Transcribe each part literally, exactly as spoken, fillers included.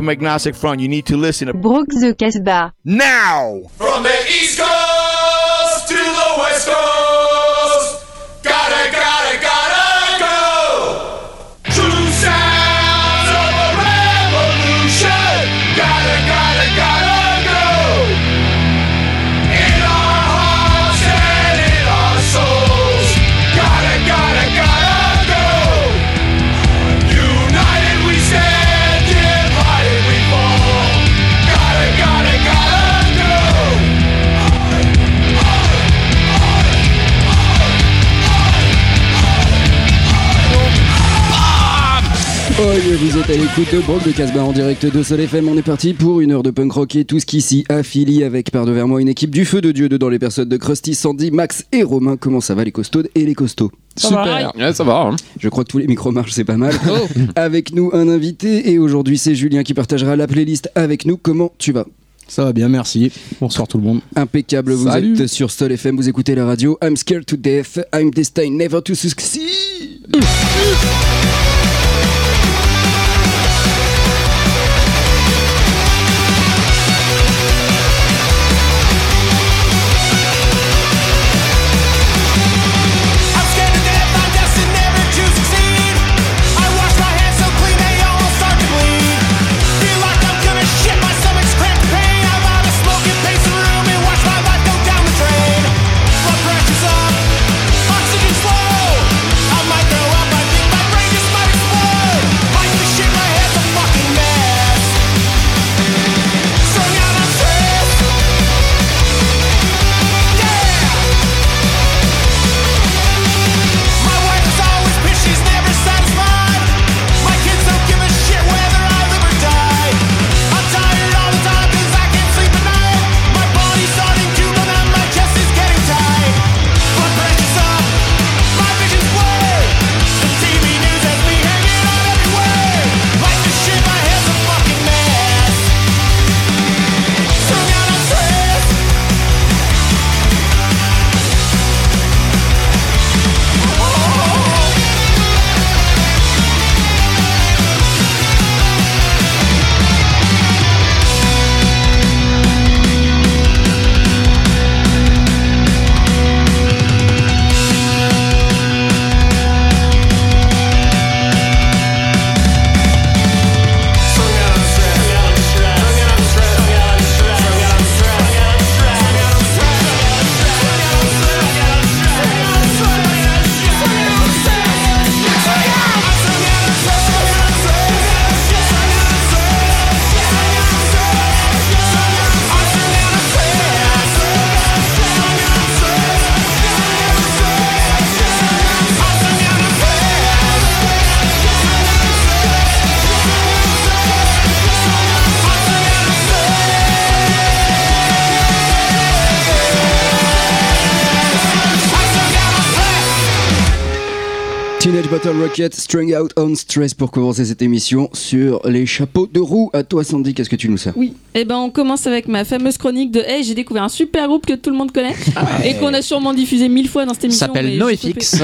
Open Agnostic Front. You need to listen to Brooks the Casbah. Now! From the East Coast to the West Coast, gotta, gotta, gotta go. True sounds of a revolution, gotta, gotta, gotta go. In our hearts and in our souls, gotta, gotta, gotta go. United we stand, divided we fall. Gotta, gotta, gotta go. Oh, vous êtes à l'écoute de Brooks de Casbah en direct de Sol F M. On est parti pour une heure de punk rock et tout ce qui s'y affilie avec par devers moi une équipe du feu de Dieu dedans les personnes de Krusty, Sandy, Max et Romain. Comment ça va les costauds et les costauds? Ça Super, va. Ouais, ça va. Hein. Je crois que tous les micros marchent, c'est pas mal. Oh. Avec nous un invité et aujourd'hui c'est Julien qui partagera la playlist avec nous. Comment tu vas? Ça va bien, merci. Bonsoir tout le monde. Impeccable, vous Salut. êtes sur Sol F M, vous écoutez la radio. I'm scared to death, I'm destined never to succeed. Teenage Bottle Rocket, Strung Out on Stress pour commencer cette émission sur les chapeaux de roue. À toi Sandy, qu'est-ce que tu nous sers? Oui, et eh ben on commence avec ma fameuse chronique de Hey, j'ai découvert un super groupe que tout le monde connaît ah ouais. et qu'on a sûrement diffusé mille fois dans cette émission. Ça s'appelle NoFX.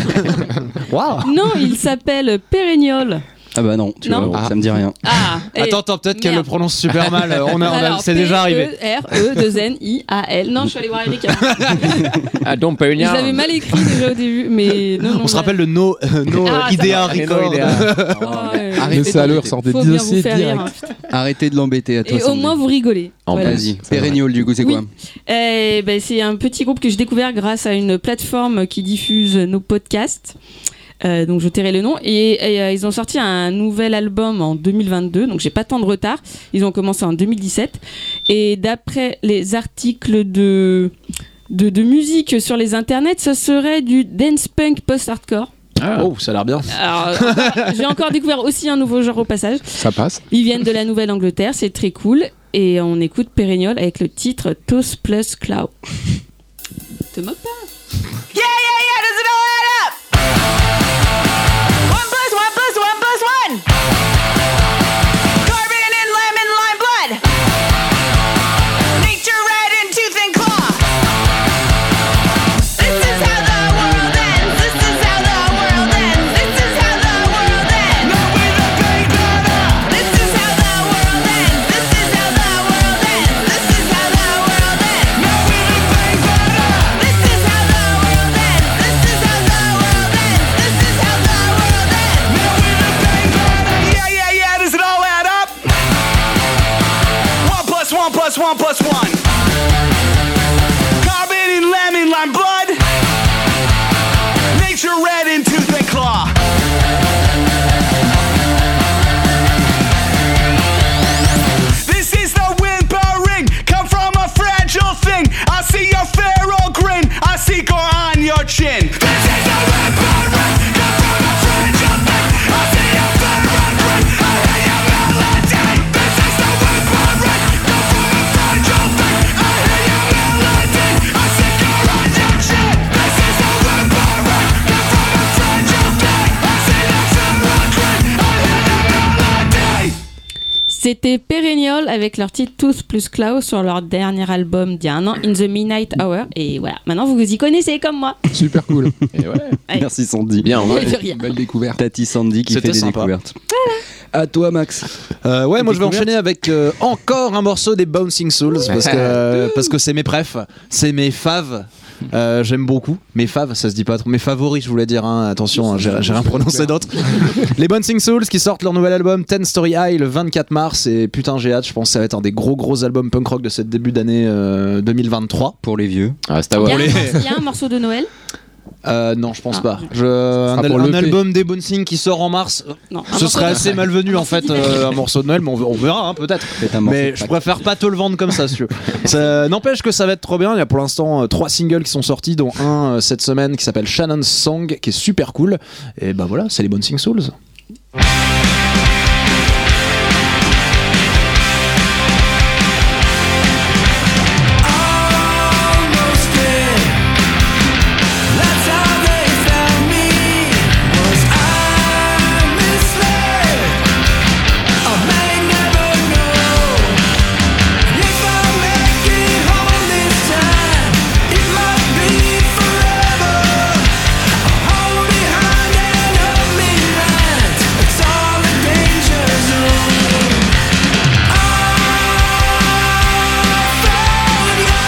Waouh. Non, il s'appelle Perennial. Ah bah non, tu non. vois, Ah. ça me dit rien. Ah, attends, attends, peut-être qu'elle le prononce super mal. On a, on a, Alors, c'est déjà arrivé. R E deux N I A L. Non, je suis allé voir Erika. Ah donc pas une. Ils avaient mal écrit déjà au début, mais non, non. On se rappelle le No, euh, no ah, Idea Record. Oh, ouais. Arrêtez ça leur sortait Faut bien vous faire rire. Hein. Arrêtez de l'embêter à toi. Et Sandy. au moins vous rigolez. En voilà. Vas-y. Perennial du coup c'est oui. quoi? Eh ben, c'est un petit groupe que j'ai découvert grâce à une plateforme qui diffuse nos podcasts. Euh, donc je tairai le nom et, et euh, ils ont sorti un nouvel album en deux mille vingt-deux, donc j'ai pas tant de retard. Ils ont commencé en deux mille dix-sept et d'après les articles de, de, de musique sur les internets, ça serait du dance punk post-hardcore. Ah, oh, ça a l'air bien. Alors, j'ai encore découvert aussi un nouveau genre au passage. Ça passe. Ils viennent de la Nouvelle-Angleterre, c'est très cool et on écoute Perennial avec le titre Toast plus Cloud. Te moque pas. Yeah, yeah, yeah, does it all add up? One plus one plus one plus one. Carbon and lemon lime blood. Nature red and tooth and claw. This is how the world ends. This is how the world ends. This is how the world ends. No way to break that up. This is how the world plus one plus one. Carbon and lemon lime blood. Nature red and tooth and claw. This is the whimpering, come from a fragile thing. I see your feral grin, I see gore on your chin. This is the whimpering, come from a fragile thing. I see your feral grin, I hear your melody. This is the whimpering, come from a fragile thing. I hear your melody, I see gore on your chin. This is the whimpering, come from a fragile thing. I see your feral grin, I hear your melody. C'était Perennial avec leur titre Tooth plus Klaus sur leur dernier album d'il y a un an, In the Midnight Hour. Et voilà, maintenant vous vous y connaissez comme moi. Super cool. Et ouais. Ouais. Merci Sandy. Bien, Il y ouais. avait rien. Belle découverte. Tati Sandy qui C'était fait des sympa. découvertes. À toi Max. Euh, ouais, moi je vais Découverte. enchaîner avec euh, encore un morceau des Bouncing Souls parce que parce que c'est mes prefs, c'est mes faves. Euh, j'aime beaucoup mes faves, ça se dit pas trop. Mes favoris, je voulais dire. Hein. Attention, hein, j'ai, j'ai rien prononcé d'autre. Les Bouncing Souls qui sortent leur nouvel album Ten Story High le vingt-quatre mars et putain j'ai hâte. Je pense que ça va être un des gros gros albums punk rock de cette début d'année euh, deux mille vingt-trois. Pour les vieux. Ah, c'est à Il y, voir. a un morceau- il y a un morceau de Noël. Euh, non, je pense Ah. pas. Je, un, sera al- pour un l'E P. album des Bouncing qui sort en mars. Non, un Ce morceau serait de- assez malvenu en fait, euh, un morceau de Noël, mais on, on verra hein, peut-être. Faites un morceau Mais de je Pâques. préfère pas te le vendre comme ça, si tu veux. Ça n'empêche que ça va être trop bien. Il y a pour l'instant euh, trois singles qui sont sortis, dont un euh, cette semaine qui s'appelle Shannon's Song, qui est super cool. Et bah voilà, c'est les Bouncing Souls. Almost dead. That's how they found me. Was I misled? I may never know if I make it home this time. It might be forever. A hole behind and up me lines. It's all a danger zone. I found you.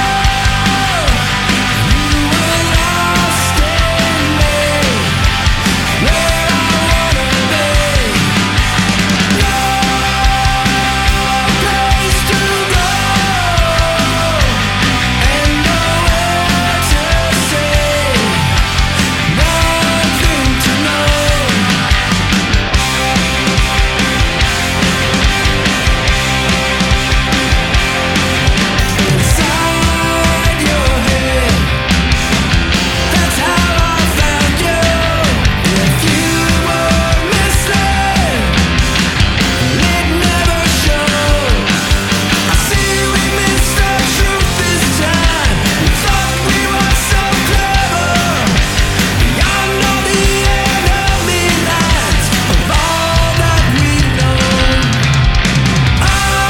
Inside your head. That's how I found you. If you were misled, it never showed. I see we missed the truth this time. We thought we were so clever. Beyond all the enemy lines of all that we know. I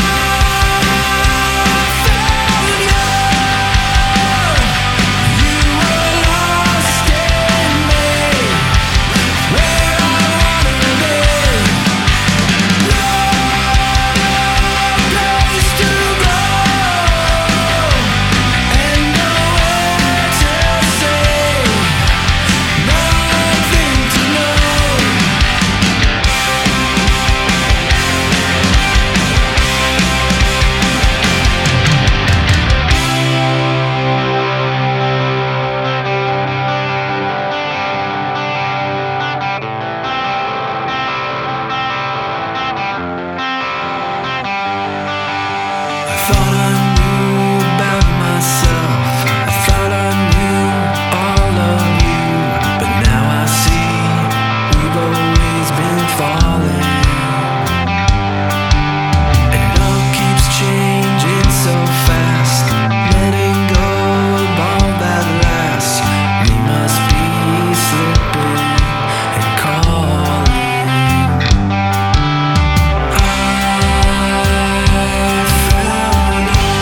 found you. You were lost in me, where I wanna be. No place to go, and nowhere to say, nothing to know. I thought I knew about myself. I thought I knew all of you, but now I see we've always been falling. It all keeps changing so fast. Letting go of all that lasts. We must be slipping and calling. I found you.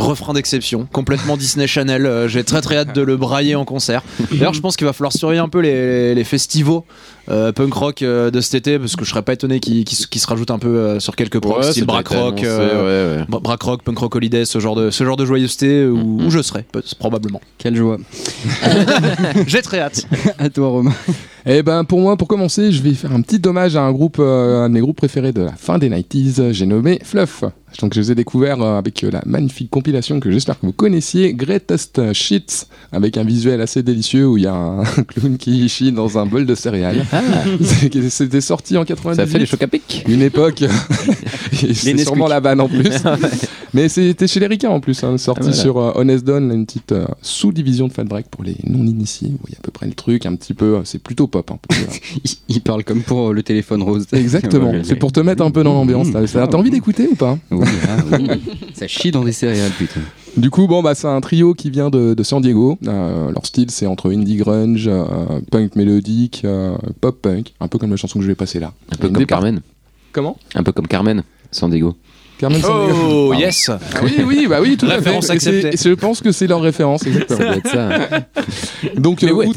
refrain d'exception, complètement Disney Channel. Euh, j'ai très très hâte de le brailler en concert. D'ailleurs, je pense qu'il va falloir surveiller un peu les, les festivals euh, punk rock euh, de cet été, parce que je serais pas étonné qu'ils qu'ils- qu'ils se rajoutent un peu euh, sur quelques prods, Ouais, style c'est Brack peut-être Rock, annoncé, euh, ouais, ouais. Bra- Brack Rock, Punk Rock Holiday, ce genre de, ce genre de joyeuseté où, où je serai, peut- probablement. Quelle joie. J'ai très hâte. À toi, Romain. Eh ben pour moi, pour commencer, je vais faire un petit hommage à un groupe, euh, un de mes groupes préférés de la fin des quatre-vingt-dix, j'ai nommé Fluff. Donc je les ai découverts euh, avec euh, la magnifique compilation que j'espère que vous connaissiez, Greatest Shits, avec un visuel assez délicieux où il y a un clown qui chie dans un bol de céréales. C'est- C'était sorti en quatre-vingt-dix-huit. Ça fait les chocs à pic. Une époque. Et c'est Nesquik. sûrement la vanne en plus. Mais c'était chez les Ricains en plus, hein, sorti Ah, voilà. sur euh, Honest Dawn, une petite euh, sous-division de Fat Break pour les non-initiés. Vous voyez à peu près le truc, un petit peu. euh, C'est plutôt pop. Un peu, euh. Il, il parle comme pour le téléphone rose. Exactement. Ouais, C'est pour te mettre un peu dans l'ambiance. là. Ça- T'as envie d'écouter ou pas? Oui, ah, oui. Ça chie dans des céréales, putain. Du coup, bon, bah, c'est un trio qui vient de, de San Diego. Euh, leur style, c'est entre indie grunge, euh, punk mélodique, euh, pop punk, un peu comme la chanson que je vais passer là. Un peu Une comme départ- Carmen. Comment? Un peu comme Carmen, San Diego. Carmen San Diego. Oh Pardon. yes. Ah oui, oui, bah oui, tout à fait. Référence Et c'est- acceptée. et je pense que c'est leur référence, exactement. Ça doit être ça. Donc, Mais euh, ouais, outre...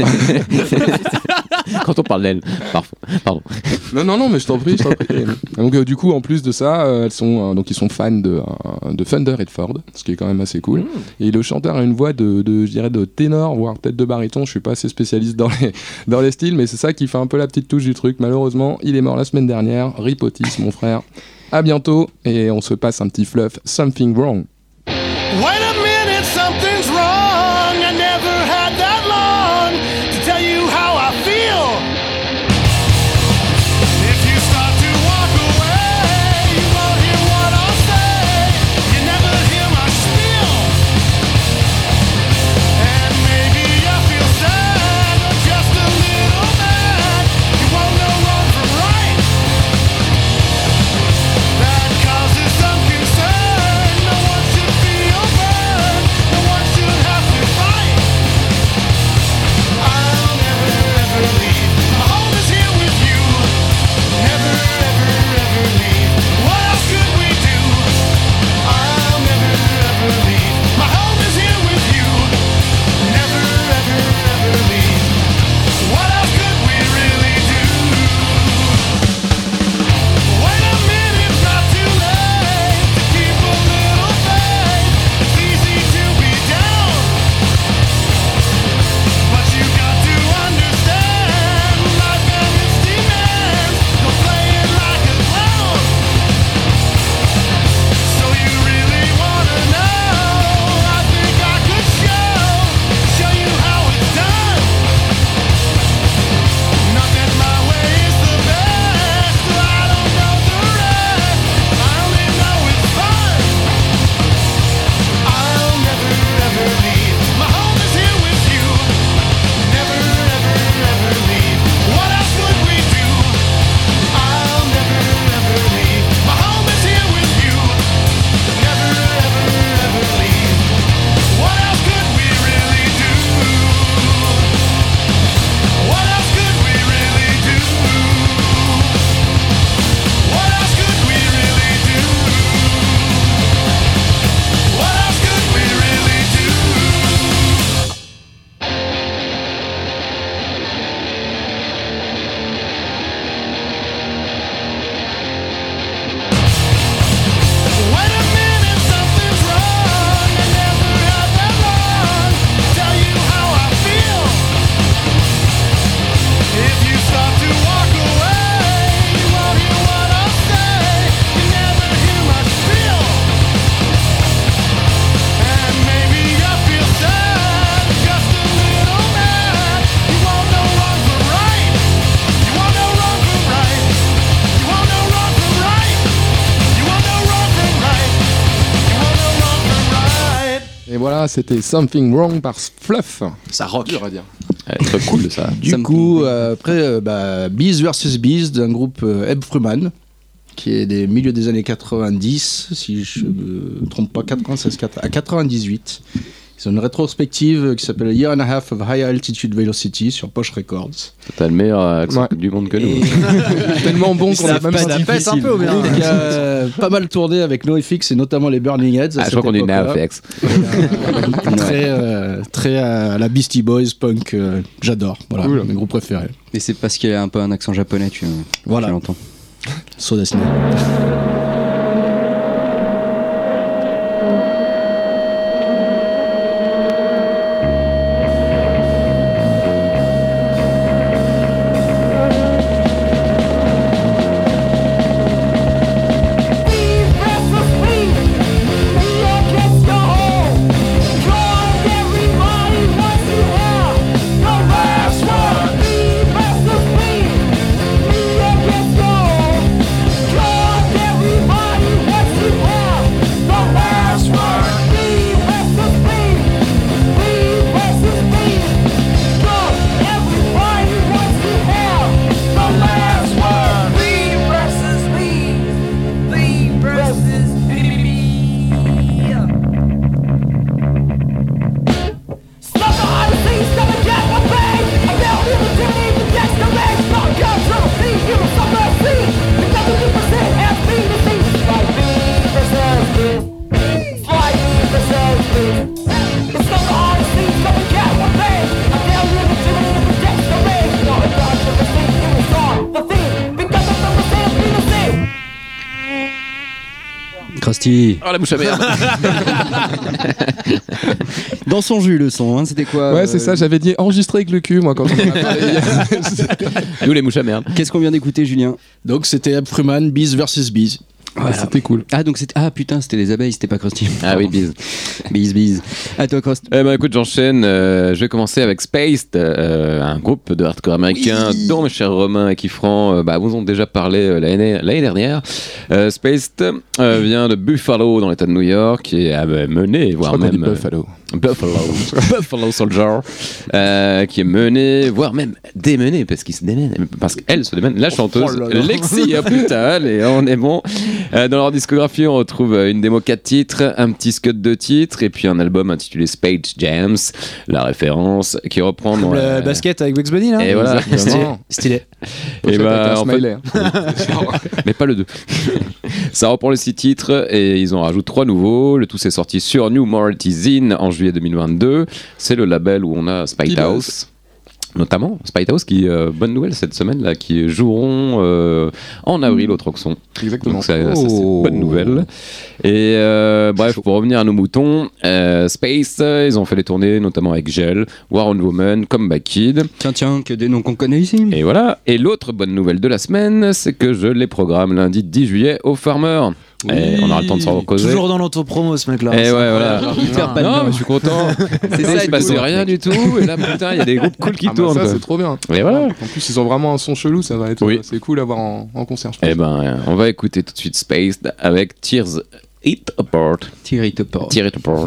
Quand on parle d'elle, parfois. Pardon. Non, non, non, mais je t'en prie, je t'en prie. Donc, euh, du coup, en plus de ça, euh, elles sont, euh, donc, ils sont fans de, euh, de Thunder et de Ford, ce qui est quand même assez cool. Et le chanteur a une voix de, de, je dirais, de ténor, voire peut-être de baryton. Je suis pas assez spécialiste dans les, dans les styles, mais c'est ça qui fait un peu la petite touche du truc. Malheureusement, il est mort la semaine dernière. Rip Otis, mon frère. À bientôt, et on se passe un petit fluff. Something Wrong. Wait a minute, something's wrong. I never had that long to tell you how I feel. If you start to walk away, you won't hear what I'll say. You never hear my spiel. And maybe I feel sad or just a little mad. You won't know wrong from right. That causes some concern. No one should feel burned. No one should have to fight. I'll never ever leave. My home is here with you. Never ever ever leave. What else could we do? I'll never ever leave. My home is here with you. Never ever ever leave. What else could we really do? Wait a minute, it's not too late to keep a little faith. It's easy to be down, but you got to understand life and its demands. Don't play it like a clown. So you really wanna know? I think I could show, show you how it's done. Not that my way is the best, I don't know the rest. I only know it's fun. I'll never ever leave. My home is here with you. Never ever ever leave. What else would we do? I'll never ever leave. My home is here with you. Never ever ever leave. What else could we really do? What else could we really do? What else could we really do? What else could we really do? Wait a minute, something's wrong. I never had that long to tell you how I feel. If you start to walk away, you won't hear what I'll say. You never hear my spiel. And maybe I feel sad, just a little mad. You won't know wrong from right. You won't know wrong from right. You won't know wrong from right. You won't know wrong from right. You won't know wrong from right. Et voilà, c'était Something Wrong par Fluff. Ça rock. Dur à dire. Ouais, très cool ça. Du coup, euh, après, euh, bah, Bees versus Bees d'un groupe euh, Eb Fruman, qui est des milieux des années quatre-vingt-dix, si je me trompe pas, quatre-vingt-seize, quatre- à quatre-vingt-dix-huit. Ils ont une rétrospective qui s'appelle A Year and a Half of High Altitude Velocity sur Posh Records. T'as le meilleur accent Ouais. du monde que nous. Et- Tellement bon qu'on Ça a même pèse- pas ça pèse un peu, mais donc, il y a euh, pas mal tourné avec NoFX et notamment les Burning Heads. à Ah, je cette crois qu'on dit époque-là. NoFX. Euh, très, euh, très à la Beastie Boys, punk, euh, j'adore. Voilà, Cool. mes groupes préférés. Et c'est parce qu'il a un peu un accent japonais, tu, Voilà. tu l'entends. Soda Sneak. Krusty. Oh la mouche à merde. Dans son jus, le son, hein, c'était quoi Ouais, euh, c'est ça, j'avais dit enregistrer avec le cul, moi, quand on en a parlé hier. Nous les mouches à merde. Qu'est-ce qu'on vient d'écouter, Julien? Donc c'était Ab Fruman, Bees versus Bees. Ouais, c'était cool. Ah, donc c'était. Ah putain, c'était les abeilles, c'était pas Krusty. Ah oui, bise. Bise, bise. À toi, Krusty. Eh ben écoute, j'enchaîne. euh, je vais commencer avec Spaced, euh, un groupe de hardcore américain dont mes chers Romain et Kifran euh, bah, vous ont déjà parlé euh, l'année, l'année dernière. Euh, Spaced euh, vient de Buffalo dans l'État de New York et a euh, mené, Je voire crois qu'on dit même euh, Buffalo. Buffalo, Buffalo Soldier, euh, qui est mené, voire même démené, parce qu'il se démène, parce qu'elle se démène, la chanteuse Oh là là. Lexi, ah putain, allez, on est bon. Euh, dans leur discographie, on retrouve euh, une démo quatre titres, un petit scud de titres, et puis un album intitulé Space Jams, la référence, qui reprend dans Comme la- le basket avec Bugs Bunny là. Et voilà, Exactement. Stylé. et Pochette avec bah, un en fait- smiley. mais pas le deux. Ça reprend les six titres et ils en rajoutent trois nouveaux. Le tout s'est sorti sur New Morality Zine en juillet deux mille vingt-deux. C'est le label où on a Spite Qui House. Notamment Spite House qui, euh, bonne nouvelle cette semaine là, qui joueront euh, en avril au Troxon. Exactement. Donc ça, ça, c'est Oh. une bonne nouvelle. Et euh, bref, pour revenir à nos moutons, euh, Space, euh, ils ont fait les tournées notamment avec Gel, War on Woman, Comeback Kid. Tiens, tiens, que des noms qu'on connaît ici. Et voilà. Et l'autre bonne nouvelle de la semaine, c'est que je les programme lundi dix juillet au Farmer. Et on aura le temps de s'en causer. Toujours dans l'autopromo ce mec là. Et ouais, voilà. Hyper pas Non, dedans. mais je suis content. C'est ça, il se être passait cool. rien du tout. Et là, putain, il y a des groupes cool qui Ah bah tournent. ça, quoi. c'est trop bien. Et voilà. En plus, ils ont vraiment un son chelou, ça va être Oui. c'est cool à voir en, en concert, je pense. Eh ben, on va écouter tout de suite Spaced avec Tears It Apart. Tear it apart. Tear It Apart.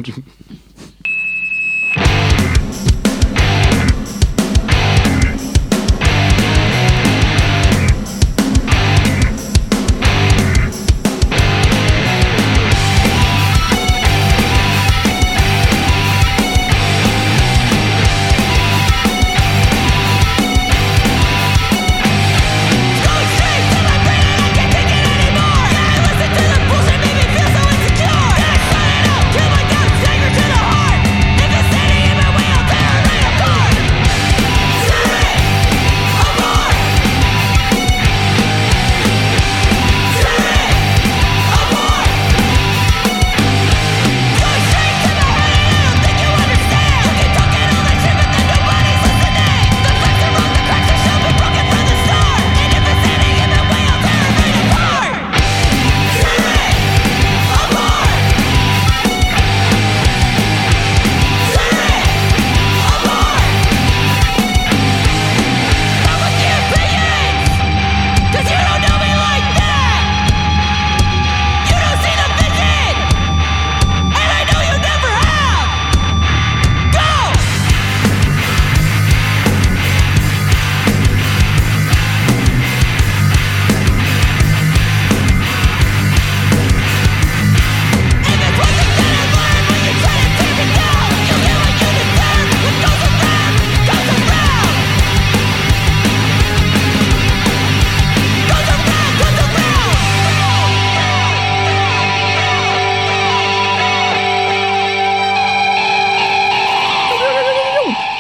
Going straight to my brain and I can't take it anymore. And I listen to the bullshit, make me feel so insecure. Then I shut it up, kill my doubts, stagger to the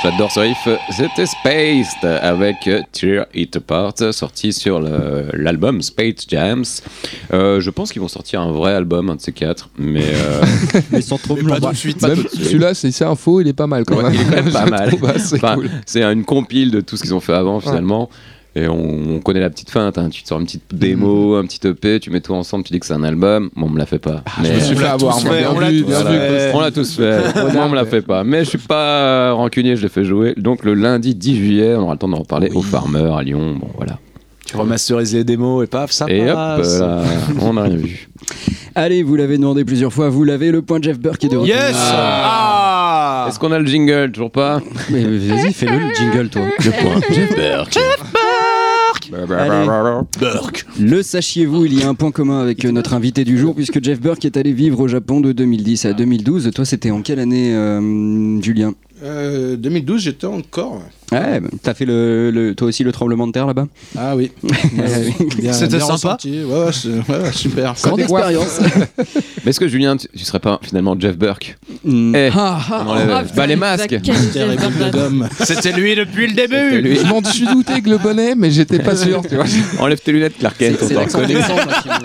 J'adore ce riff. C'était Spaced avec Tear It Apart, sorti sur le- l'album Space Jams. Euh, je pense qu'ils vont sortir un vrai album, un de ces quatre, mais euh, Mais sans trop Mais pas tout de suite. pas Même tout de suite. celui-là, c'est c'est info, il est pas mal quand Ouais, même. il est quand même pas Je mal. trouve assez Enfin, cool. c'est une compile de tout ce qu'ils ont fait avant finalement. Et on, on connaît la petite feinte, hein. Tu te sors une petite démo, un petit E P, tu mets tout ensemble, tu dis que c'est un album. Moi, on me l'a fait pas. Mais Je me suis on fait l'a avoir, tous moi, fait, bien on l'a vu, tous bien vu. fait. on l'a tous fait. Moi, on me l'a fait pas. Mais je suis pas rancunier, je l'ai fait jouer. Donc le lundi dix juillet, on aura le temps d'en reparler au Farmer à Lyon. Bon, voilà. Tu remasterises les démos et paf, ça Et hop, passe. là, on n'a rien vu. Allez, vous l'avez demandé plusieurs fois, vous l'avez, le point Jeff Burke est de retour. Yes Ah, Est-ce qu'on a le jingle? Toujours pas? Mais vas-y, fais-le le jingle, toi. Le point Jeff Burke. Allez. Burke. Le sachiez-vous, il y a un point commun avec euh, notre invité du jour, puisque Jeff Burke est allé vivre au Japon de deux mille dix à deux mille douze. Toi, c'était en quelle année, euh, Julien? Euh, deux mille douze, j'étais encore. Ouais, bah, t'as fait le, le- toi aussi le tremblement de terre là-bas? Ah oui. Bien- C'était bien sympa. ressenti. Ouais, ouais, c'est- ouais, ouais, super. Grande expérience. Mais est-ce que Julien, tu, tu serais pas finalement Jeff Burke? Mm. Eh, Ah, ah, on enlève- Ah, putain, bah, les il masques. va caler Terre et Jeff boule de Burke. gomme. C'était lui depuis le C'était début. lui. Je m'en suis douté avec le bonnet, mais j'étais pas sûr, tu vois. Enlève tes lunettes, Clark Kent, c'est on c'est t'a l'accent reconnu. texan, moi, qui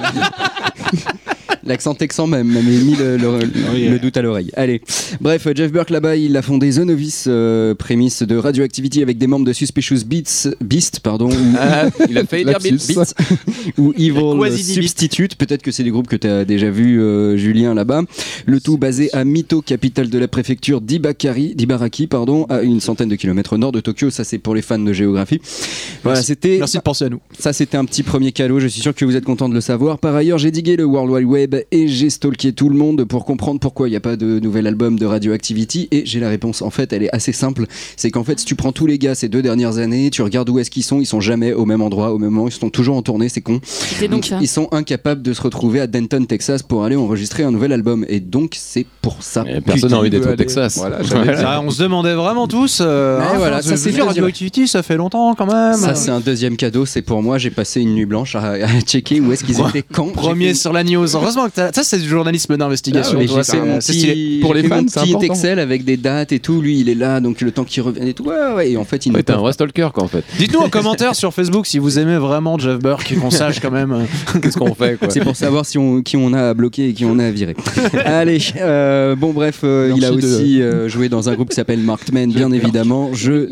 me- L'accent texan même, m'a mis le, le- le- le doute à l'oreille. Allez, bref, Jeff Burke là-bas, il a fondé The Novice, euh, prémisse de Radioactivity avec des membres de Suspicious Beats, Beast, pardon, ou, Ah, il a failli dire Lapsus. Beats. Beats, ou Evil Quasi-Beat. Substitute. Peut-être que c'est des groupes que tu as déjà vu, euh, Julien, là-bas. Le tout basé à Mito, capitale de la préfecture d'Ibakari, d'Ibaraki, pardon, à une centaine de kilomètres au nord de Tokyo. Ça, c'est pour les fans de géographie. Voilà, c'était. Merci de penser à nous. Ça, c'était un petit premier cadeau. Je suis sûr que vous êtes content de le savoir. Par ailleurs, j'ai digué le World Wide Web et j'ai stalké tout le monde pour comprendre pourquoi il n'y a pas de nouvel album de Radioactivity. Et j'ai la réponse. En fait, elle est assez simple. C'est qu'en fait, si tu prends tous les gars ces deux dernières années, tu regardes où est-ce qu'ils sont, ils sont jamais au même endroit, au même moment. Ils sont toujours en tournée. C'est con. C'était donc ça. Ils sont incapables de se retrouver à Denton, Texas, pour aller enregistrer un nouvel album. Et donc, c'est pour ça. Et personne n'a envie d'être au aller. Texas. Voilà, j'avais dit. Ah, on se demandait vraiment tous. Euh, Ouais, hein, voilà, enfin, ça, je c'est veux dire, le deuxième. Radioactivity, ça fait longtemps quand même. Ça, c'est un deuxième cadeau. C'est pour moi. J'ai passé une nuit blanche à, à checker où est-ce qu'ils étaient quand. Premier J'ai sur la news. Heureusement que t'as- ça, c'est du journalisme d'investigation. Ah ouais, toi, j'ai fait c'est- mon c'est petit, stylé. Pour les j'ai fait fans, mon c'est petit important. Excel avec des dates et tout. Lui, il est là, donc le temps qu'il revienne et tout. Ouais, ouais. Et en fait, il Ouais, ne t'es peut un pas. vrai stalker, quoi, en fait. Dites-nous en commentaire sur Facebook si vous aimez vraiment Jeff Burke et qu'on sache quand même. Qu'est-ce qu'on fait, quoi? C'est pour savoir si on, qui on a à bloquer et qui on a à virer. Allez, euh, bon bref, euh, il a Merci de- aussi euh, joué dans un groupe qui s'appelle Markman, bien évidemment. Je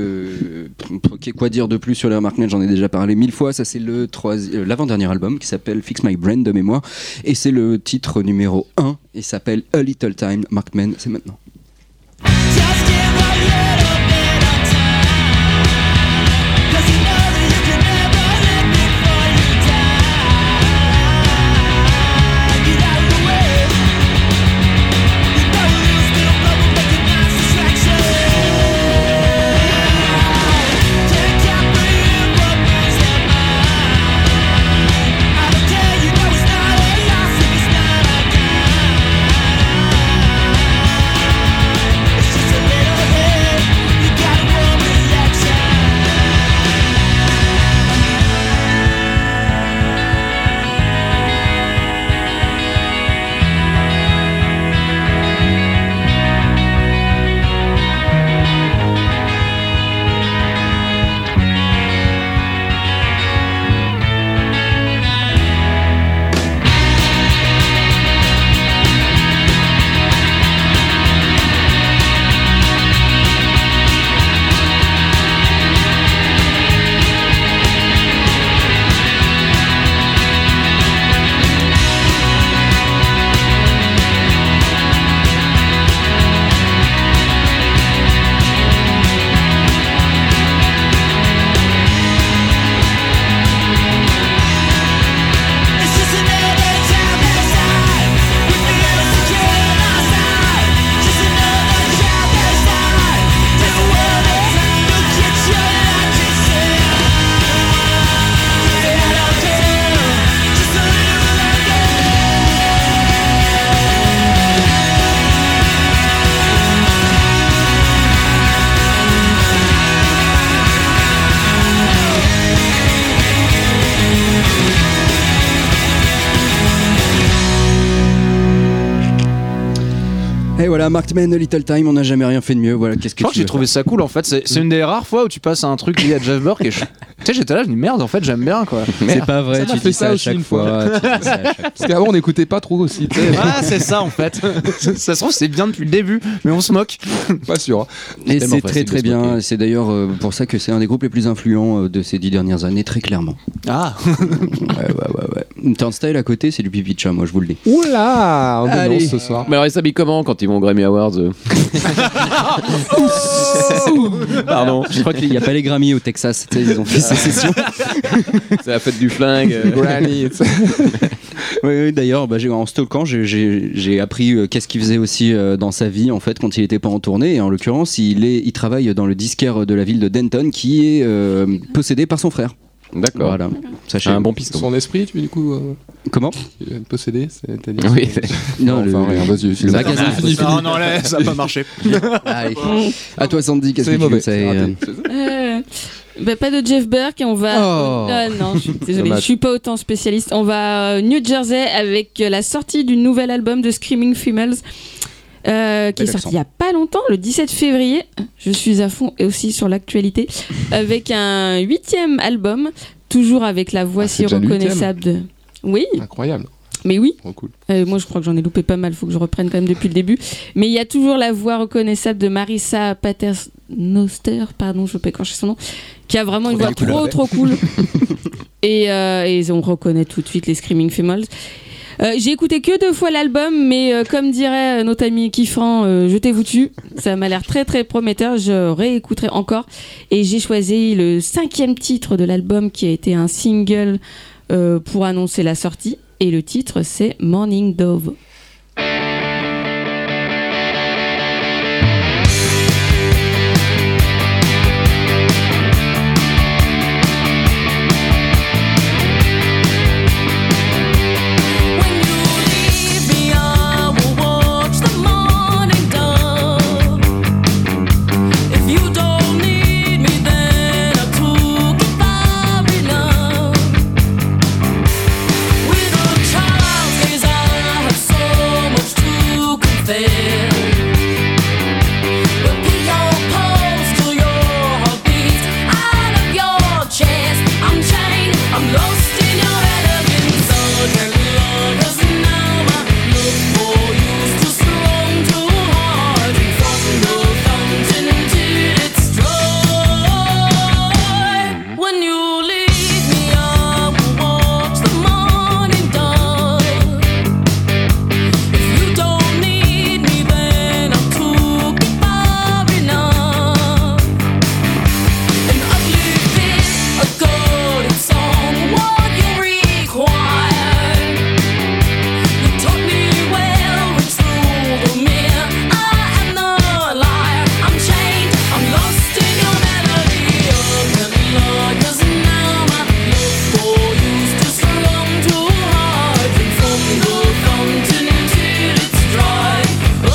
ne... Quoi dire de plus sur les Markman, j'en ai déjà parlé mille fois. Ça c'est le troisi- euh, l'avant-dernier album qui s'appelle Fix My Brain de mémoire. Et c'est le titre numéro un. Il s'appelle A Little Time. Markman, c'est maintenant. Just give a little bit of time, 'cause you know that you can never live before you die. Get out of the way. You know you'll still bubble, but you're not distraction. Can't comprehend what moves their mind. I don't care, you know it's not a loss if it's not a crime. Et voilà, Mark Twain, A Little Time, on n'a jamais rien fait de mieux. Voilà, qu'est-ce que Je crois que tu j'ai veux trouvé ça cool en fait. C'est c'est une des rares fois où tu passes à un truc lié à Jeff Burke et je... tu sais, j'étais là, je me dis merde, en fait, j'aime bien quoi. faire C'est pas vrai, Ça tu m'a fait dis ça ça à aussi chaque une fois. tu dis ça à chaque fois. Parce qu'avant, on n'écoutait pas trop aussi, tu sais. Ah, c'est ça en fait. Ça se trouve, c'est bien depuis le début, mais on se moque. Pas sûr. Et tellement c'est très facile très de se moquer. bien. C'est d'ailleurs euh, pour ça que c'est un des groupes les plus influents euh, de ces dix dernières années, très clairement. Ah, Ouais, ouais, ouais, ouais. Turnstile à côté, c'est du pipi de chat, moi je vous le dis. Oula, on Allez. dénonce ce soir. Mais alors, ils s'habillent comment quand ils vont aux Grammy Awards euh Pardon, Je crois qu'il n'y a pas les Grammy au Texas, tu sais, ils ont fait sécession. c'est la fête du flingue. euh. Granny, tu sais. Oui, oui, d'ailleurs, bah, j'ai- en stalkant, j'ai- j'ai j'ai appris euh, qu'est-ce qu'il faisait aussi euh, dans sa vie, en fait, quand il n'était pas en tournée. Et en l'occurrence, il, est, il travaille dans le disquaire de la ville de Denton, qui est euh, possédé par son frère. D'accord. Voilà, sachez. Un bon piston. Son esprit, tu du coup, euh, Comment il est possédé, c'est-à-dire. Oui. Non, enfin, le- rien, vas-y. le fini. magasin. Fini, fini. non, non, là, ça a pas marché. Allez. À toi, Sandy, qu'est-ce que C'est tu veux mauvais. ça c'est est, euh, raté. Euh, bah, pas de Jeff Burke et on va. Oh. Ah non, je suis désolée, Dommage. je suis pas autant spécialiste. On va à New Jersey avec la sortie du nouvel album de Screaming Females. euh, qui est Bel sorti accent. il y a pas longtemps, le dix-sept février. Je suis à fond et aussi sur l'actualité avec un huitième album, toujours avec la voix Ah, si c'est déjà le reconnaissable de. Oui, Incroyable, mais oui. trop cool. Euh, moi, je crois que j'en ai loupé pas mal. Faut que je reprenne quand même depuis le début. Mais il y a toujours la voix reconnaissable de Marissa Paternoster, pardon, je peux écorcher son nom, qui a vraiment une voix trop trop cool. et, euh, et on reconnaît tout de suite les Screaming Females. Euh, j'ai écouté que deux fois l'album, mais euh, comme dirait euh, notre ami Kiffran, euh, jetez-vous dessus. Ça m'a l'air très très prometteur. Je réécouterai encore. Et j'ai choisi le cinquième titre de l'album qui a été un single euh, pour annoncer la sortie. Et le titre, c'est Morning Dove. When you leave me, I will watch the morning dawn. If you don't need me, then I took it far enough. With a child's gaze, I have so much to confess. But put your pulse to your heartbeat out of your chest. I'm chained, I'm lost in your elegance. I can't love us now. I look for you, too strong, too hard. Drink from the fountain until it's dry. When you leave me, I will watch the morning dawn. If you don't need me, then I took it far enough. An ugly fit, a golden song, what you require. You taught me well, reach through the mirror. I am not a liar. I'm chained, I'm lost in your melody. I can't lie, 'cause now my love for you's too strong, too hard. Drink from the fountain until it's dry. Oh,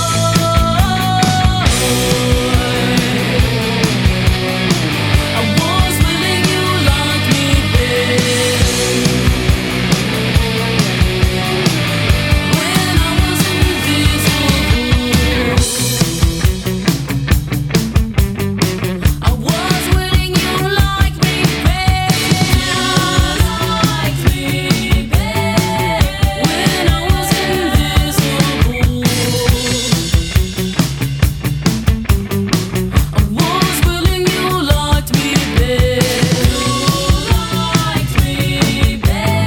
I was willing, you like me then. When I was invisible, I was willing, you like me then. Like me then. When I was invisible, I was willing, you liked me then. Liked me then.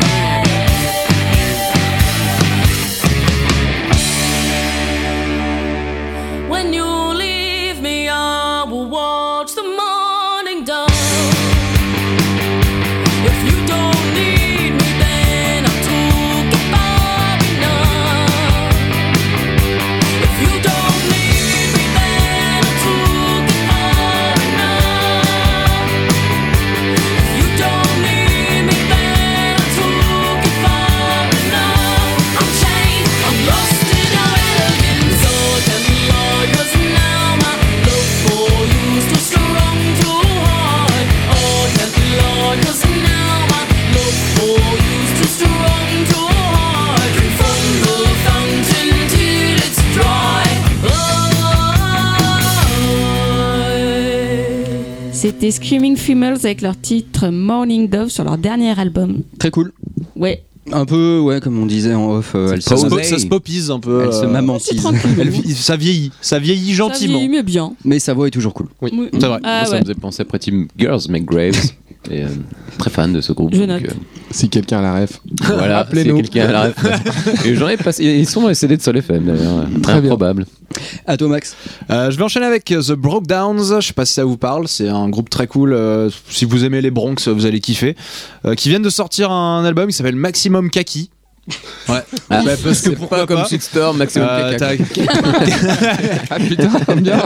When you leave me, I will watch the morning dawn. If you don't need me, then I took it far enough. If you don't need me, then I took it far enough. If you don't need me, then I took it far enough. I'm chained, I'm lost in your elegance. Oh, tell me why, 'cause now my love for you's too strong, C'était Screaming Females avec leur titre Morning Dove sur leur dernier album. Très cool. Ouais. Un peu, ouais, comme on disait en off, euh, elle Ça, se, se, po- ça se popise un peu. elle se euh, mamantise. C'est tranquille. elle vi- ça vieillit, ça vieillit gentiment. Ça vieillit mieux bien. Mais sa voix est toujours cool. Oui, c'est vrai. Ah Moi, ça ouais. me faisait penser après Team Girls Make Graves. Et euh, très fan de ce groupe. Je donc, note. euh, Si quelqu'un a la ref. voilà, Appelez-nous. c'est quelqu'un à la ref. Et j'en ai passé. Ils sont dans les C D de Sol F M d'ailleurs. Très bien. Improbable. À toi, Max. Euh, je vais enchaîner avec The Brokedowns. Je sais pas si ça vous parle. C'est un groupe très cool. euh, si vous aimez les Bronx, vous allez kiffer. Euh, qui viennent de sortir un album qui s'appelle Maximum Kaki. Ouais. Ah, Bah, parce que c'est pourquoi pas comme pas. Shitstorm, Maximum Euh, Caca. t'as- Ah putain, bien.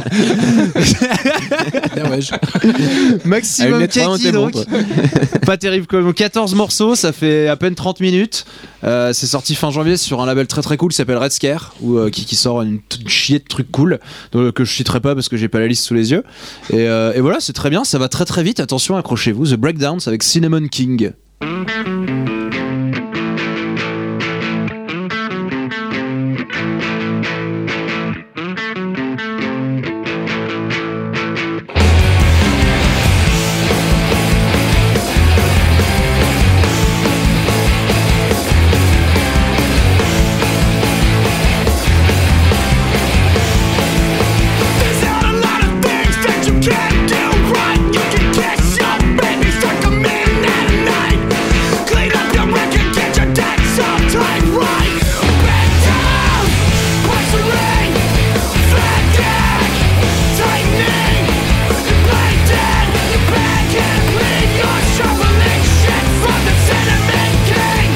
Ah ouais, je- Maximum À une lettre, vraiment, Kaki t'es bon, donc. quoi. Pas terrible comme quatorze morceaux, ça fait à peine trente minutes. Euh, c'est sorti fin janvier sur un label très très cool qui s'appelle Red Scare, où, euh, qui, qui sort une t- chier de trucs cool donc, que je citerai pas parce que j'ai pas la liste sous les yeux. Et, euh, et voilà, c'est très bien, ça va très très vite. Attention, accrochez-vous. The Breakdowns avec Cinnamon King. There's not a lot of things that you can do right. You can kiss your baby, fuck 'em in at night. Clean up your record, get your decks all tight right. Bend down, push the ring, flat deck, tightening. You play dead, you beg and plead. You're shoveling shit from the Cinnamon King.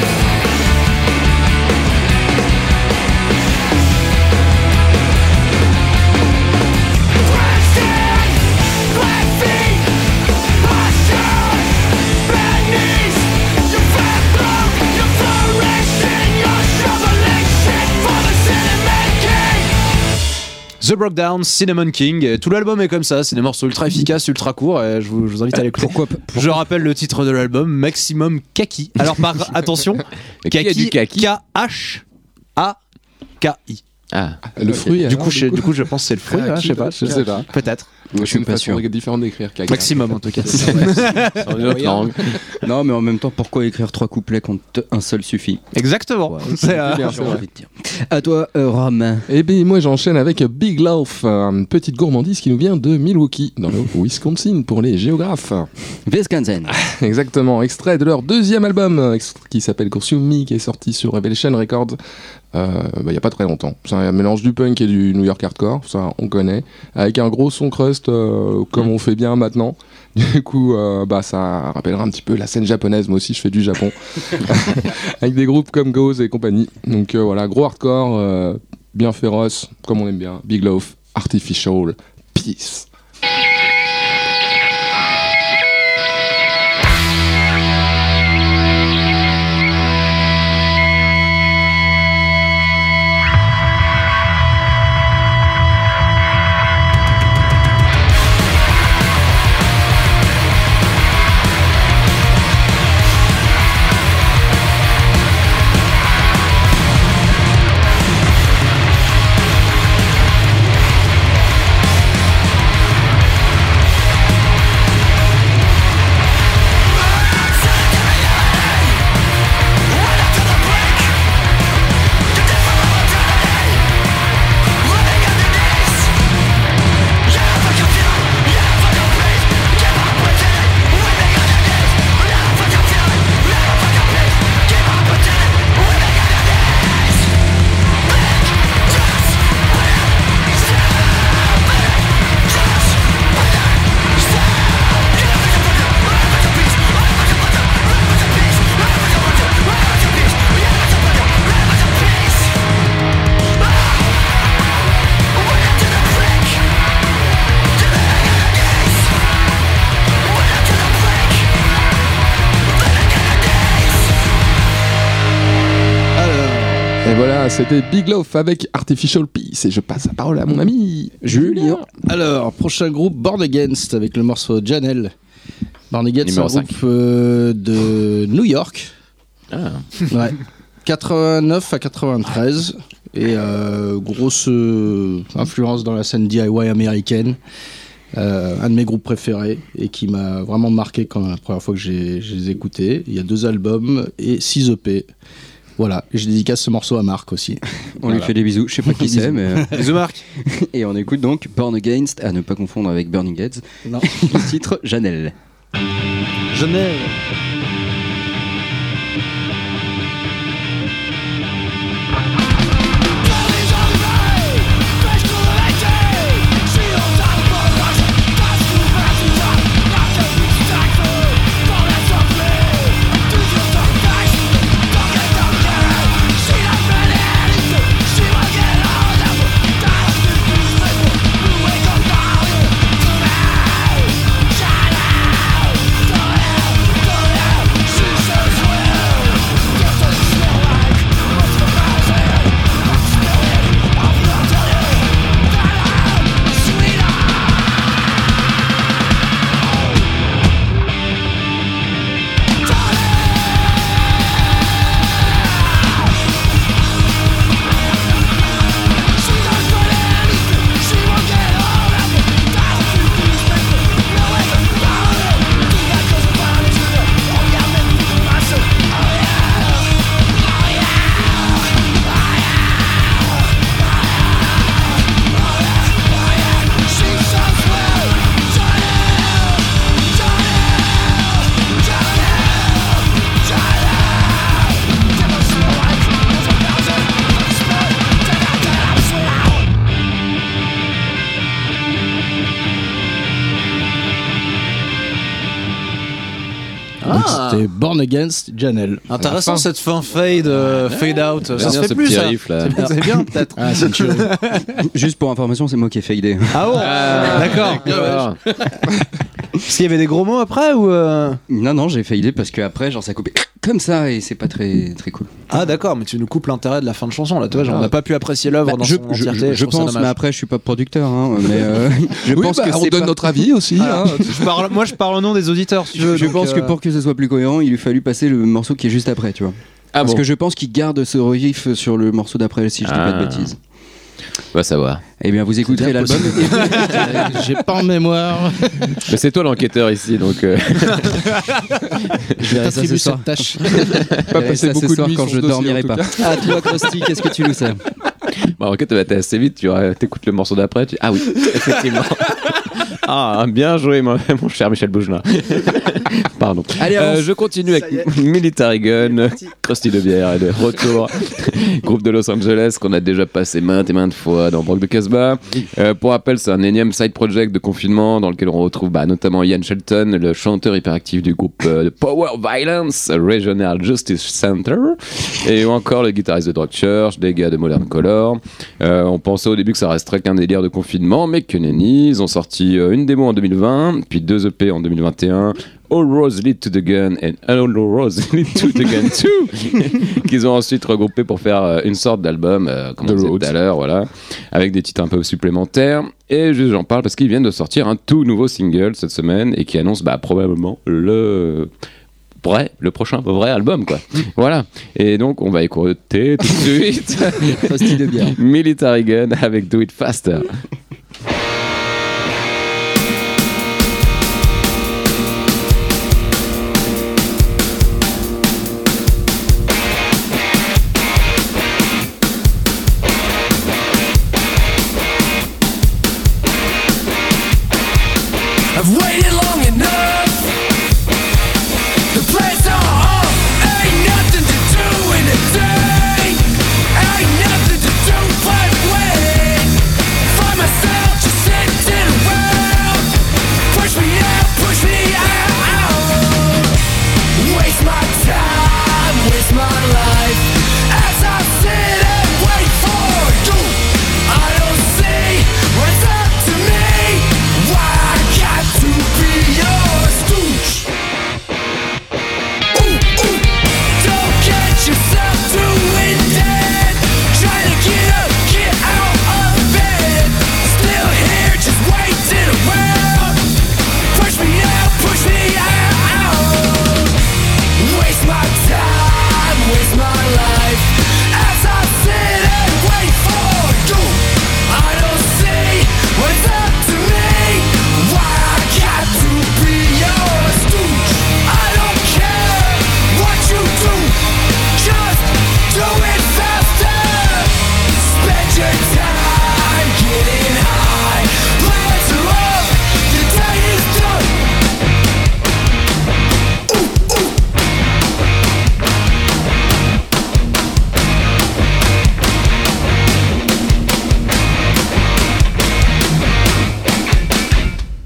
Preston, black feet, posture, bad knees. You're fat broke, you're flourishing, you're shoveling shit for the Cinnamon King. The Breakdowns, Cinnamon King. Et tout l'album est comme ça, c'est des morceaux ultra efficaces, ultra courts. Et je vous, je vous invite à l'écouter. Pourquoi pas Je rappelle le titre de l'album, Maximum Kaki. Alors par attention, Mais qui a du kaki K H A K I. Ah, Le fruit. Du alors, coup, je, du coup, je pense que c'est le fruit, hein, je sais pas. Je sais pas. Peut-être. Je suis pas sûr. Différent d'écrire caca. Maximum en tout cas. dans une autre langue. Non, mais en même temps, pourquoi écrire trois couplets quand un seul suffit? Exactement. C'est, euh, bien, J'ai c'est vrai. envie de dire. À toi, euh, Romain. Et bien moi j'enchaîne avec Big Loaf, une petite gourmandise qui nous vient de Milwaukee, dans le Wisconsin pour les géographes. Wisconsin. Exactement, extrait de leur deuxième album euh, ex- qui s'appelle Consume Me, qui est sorti sur Revelation Records euh, bah, il n'y a pas très longtemps. C'est un mélange du punk et du New York hardcore, ça on connaît, avec un gros son crust euh, comme on fait bien maintenant. Du coup, euh, bah, ça rappellera un petit peu la scène japonaise, moi aussi je fais du Japon, avec des groupes comme Ghost et compagnie. Donc euh, voilà, gros hardcore, euh, bien féroce, comme on aime bien. Big Loaf, Artificial Peace. Et voilà, c'était Big Loaf avec Artificial Peace. Et je passe la parole à mon ami Julien. Alors, prochain groupe, Born Against, avec le morceau Janelle. Born Against, c'est un Numéro cinq. groupe euh, de New York. Ah. Ouais. quatre-vingt-neuf à quatre-vingt-treize. Et euh, grosse euh, influence dans la scène D I Y américaine. Euh, un de mes groupes préférés et qui m'a vraiment marqué quand la première fois que j'ai, je les ai écoutés. Il y a deux albums et six E P. Voilà, et je dédicace ce morceau à Marc aussi. On Voilà. lui fait des bisous, je sais pas qui c'est, mais. Bisous Marc. Et on écoute donc Born Against, à ne pas confondre avec Burning Heads. Non. Le titre Janelle. Genève. Donc c'était Born Against Janelle. Intéressant cette fin fade, euh, fade out. Ça Bien se fait ce plus petit ça. riff, là. C'est bien, c'est bien peut-être. Ah, c'est une tuerie. Juste pour information, c'est moi qui ai fadé. Ah bon D'accord. D'accord. Parce qu'il y avait des gros mots après ou euh... Non, non, j'ai fadé parce que après, genre, ça coupait comme ça et c'est pas très, très cool. Ah d'accord, mais tu nous coupes l'intérêt de la fin de chanson là. Tu vois, genre, on n'a pas pu apprécier l'œuvre Bah, dans je, son je- entièreté. je trouve ça pense, dommage. mais après, je suis pas producteur, hein, mais euh, je Oui, pense bah, que on c'est donne pas- notre avis aussi. Ah, hein. je parle, moi je parle au nom des auditeurs. Si tu veux, Je donc, pense que euh, pour que ce soit plus cohérent, il lui fallu passer le morceau qui est juste après, tu vois. Ah Parce bon. que je pense qu'il garde ce riff sur le morceau d'après, si je dis pas de Ah. bêtises. On va savoir. Eh bien, vous écouterez bien l'album. J'ai pas en mémoire. Mais c'est toi l'enquêteur ici, donc. euh, Je verrai ça ce T'attribues soir. cette tâche. Pas Je verrai passer ça ce beaucoup de soir nuits quand sur je ce dossier, dormirai en tout pas. cas. À toi, Krusty, qu'est-ce que tu nous sais Bah, en fait, tu vas être assez vite, tu auras- t'écoutes le morceau d'après, tu... Ah oui, effectivement. Ah, bien joué, mon, mon cher Michel Bougelin. Pardon. Allez, Euh, avance. je continue avec Military Gun, Krusty de bière et de retour. Groupe de Los Angeles qu'on a déjà passé maintes et maintes fois dans Brock de Casbah. Euh, pour rappel, c'est un énième side project de confinement dans lequel on retrouve bah, notamment Ian Shelton, le chanteur hyperactif du groupe euh, de Power Violence Regional Justice Center, et ou encore le guitariste de Drug Church, des gars de Modern Color. Euh, on pensait au début que ça resterait qu'un délire de confinement, mais que nenni. Ils ont sorti euh, une démo en deux mille vingt, puis deux E P en deux mille vingt et un. All Roads Lead to the Gun et All Roads Lead to the Gun deux, qu'ils ont ensuite regroupé pour faire euh, une sorte d'album, euh, comme The on disait Roads. tout à l'heure, voilà, avec des titres un peu supplémentaires. Et juste, j'en parle parce qu'ils viennent de sortir un tout nouveau single cette semaine et qui annonce bah, probablement le vrai, le prochain vrai album, quoi. Voilà. Et donc, on va écouter tout de suite Krusty de bière. Military Gun avec Do It Faster. I've waited long enough. The place I'm off ain't nothing to do in a day. Ain't nothing to do but wait. Find myself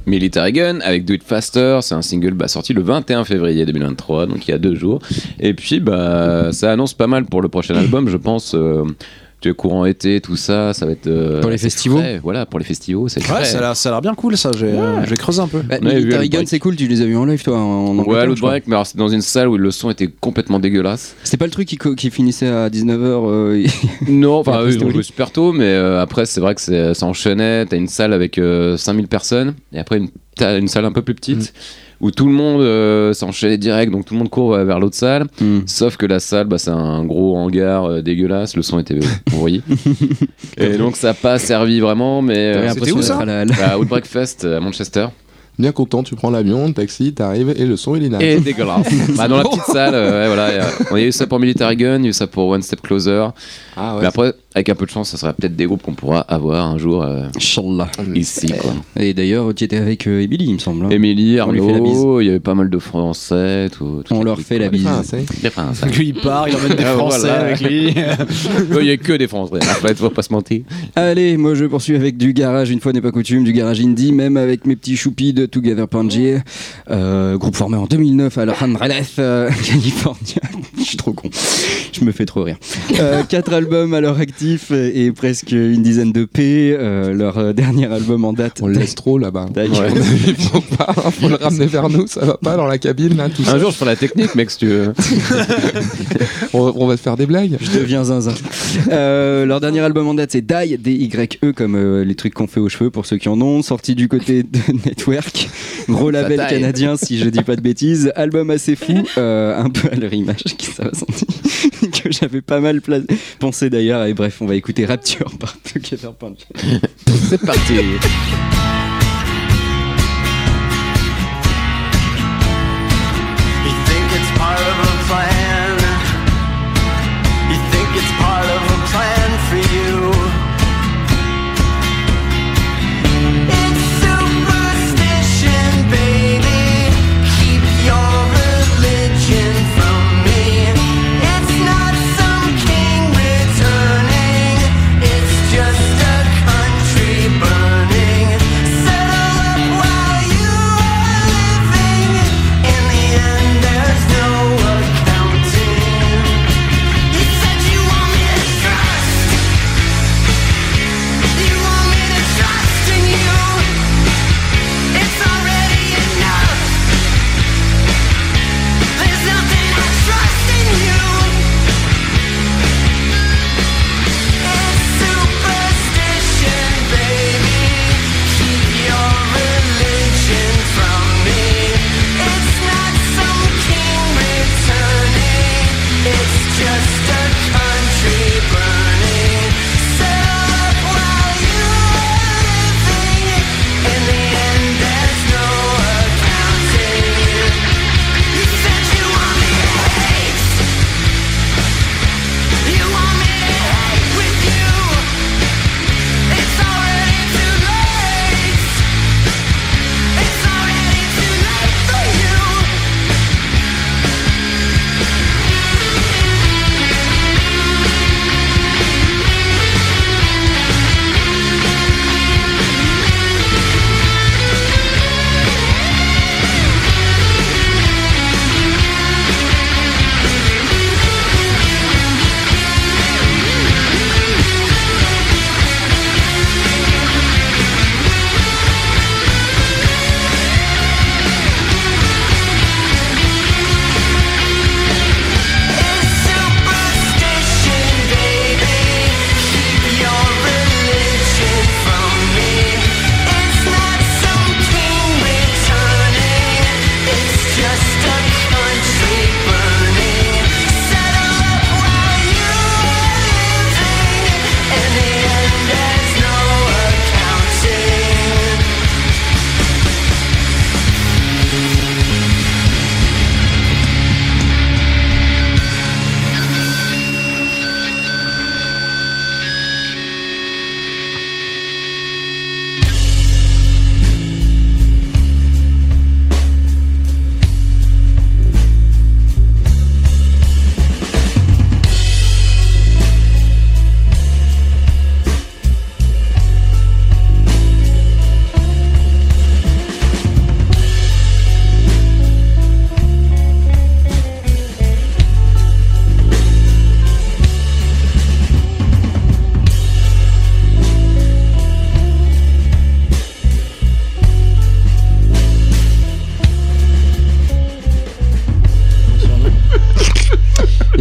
Military Gun avec Do It Faster, c'est un single bah, sorti le vingt et un février deux mille vingt-trois, donc il y a deux jours. Et puis bah ça annonce pas mal pour le prochain album, je pense. Euh, tu es courant été, tout ça, ça va être euh, Pour les c'est festivals. frais. Voilà, pour les festivals, c'est Ouais, frais. ça a l'air- ça a l'air bien cool ça, j'ai euh, j'ai creusé un peu. Bah, Ouais, Military vu Gun, Outbreak. c'est cool, tu les as vus en live toi en Angleterre. Ouais, je l'autre crois. break, mais alors c'est dans une salle où le son était complètement dégueulasse. C'était pas le truc qui, co- qui finissait à dix-neuf heures. euh, Non, Et enfin, après, eux, ils c'était ont au joué lit. super tôt, mais euh, après, c'est vrai que c'est- ça enchaînait. T'as une salle avec euh, cinq mille personnes, et après, une, t'as une salle un peu plus petite, où tout le monde euh, s'enchaînait direct, donc tout le monde court euh, vers l'autre salle. Hmm. Sauf que la salle, bah, c'est un gros hangar euh, dégueulasse, le son était pourri. Et donc, ça n'a pas servi vraiment, mais. T'avais euh, l'impression où, ça d'être à la halle. bah, Outbreak Fest à Manchester. Bien content, tu prends l'avion, le taxi, t'arrives et le son il est naze. Et dégueulasse. Bah, dans la petite salle, euh, ouais, voilà. y a- On a eu ça pour Military Gun, il y a eu ça pour One Step Closer. Ah ouais. Mais après, avec un peu de chance, ça sera peut-être des groupes qu'on pourra avoir un jour euh, Inch'Allah. ici, quoi. Et d'ailleurs, tu étais avec euh, Emily, il me semble. hein. Émilie, On lui fait la Arnaud, il y avait pas mal de Français. Tout, tout On ça, leur tout fait quoi. la bise. Ah, c'est- Des Français. Lui il part, il emmène des Ah, Français voilà. avec lui. Il y a que des Français. En fait, faut pas se mentir. Allez, moi je poursuis avec du garage, une fois n'est pas coutume, du garage indie, même avec mes petits choupis de Together Pangier, euh, groupe formé en deux mille neuf à Los Angeles, euh, California. Je suis trop con, je me fais trop rire. Euh, quatre albums à leur actif et presque une dizaine de P. Euh, leur euh, dernier album en date. On le laisse trop là-bas. D'accord. Ouais. Il faut pas, hein, faut le ramener vers nous, ça va pas dans la cabine là, tout ça. Un jour, je ferai la technique, mec, si tu veux. On, on va te faire des blagues. Je deviens zinzin. Euh, leur dernier album en date, c'est Die, D Y E, comme euh, les trucs qu'on fait aux cheveux pour ceux qui en ont. Sorti du côté de Network. Gros label taille. canadien, si je dis pas de bêtises. Album assez fou, euh, un peu à leur image, qui ça va sentir. que j'avais pas mal pla- pensé d'ailleurs. Et bref, on va écouter Rapture par Together Punch. C'est parti. You think it's part of a plan. You think it's part of a plan for you. It's superstition, baby. Keep your religion from me. It's not some king returning. It's just a country burning.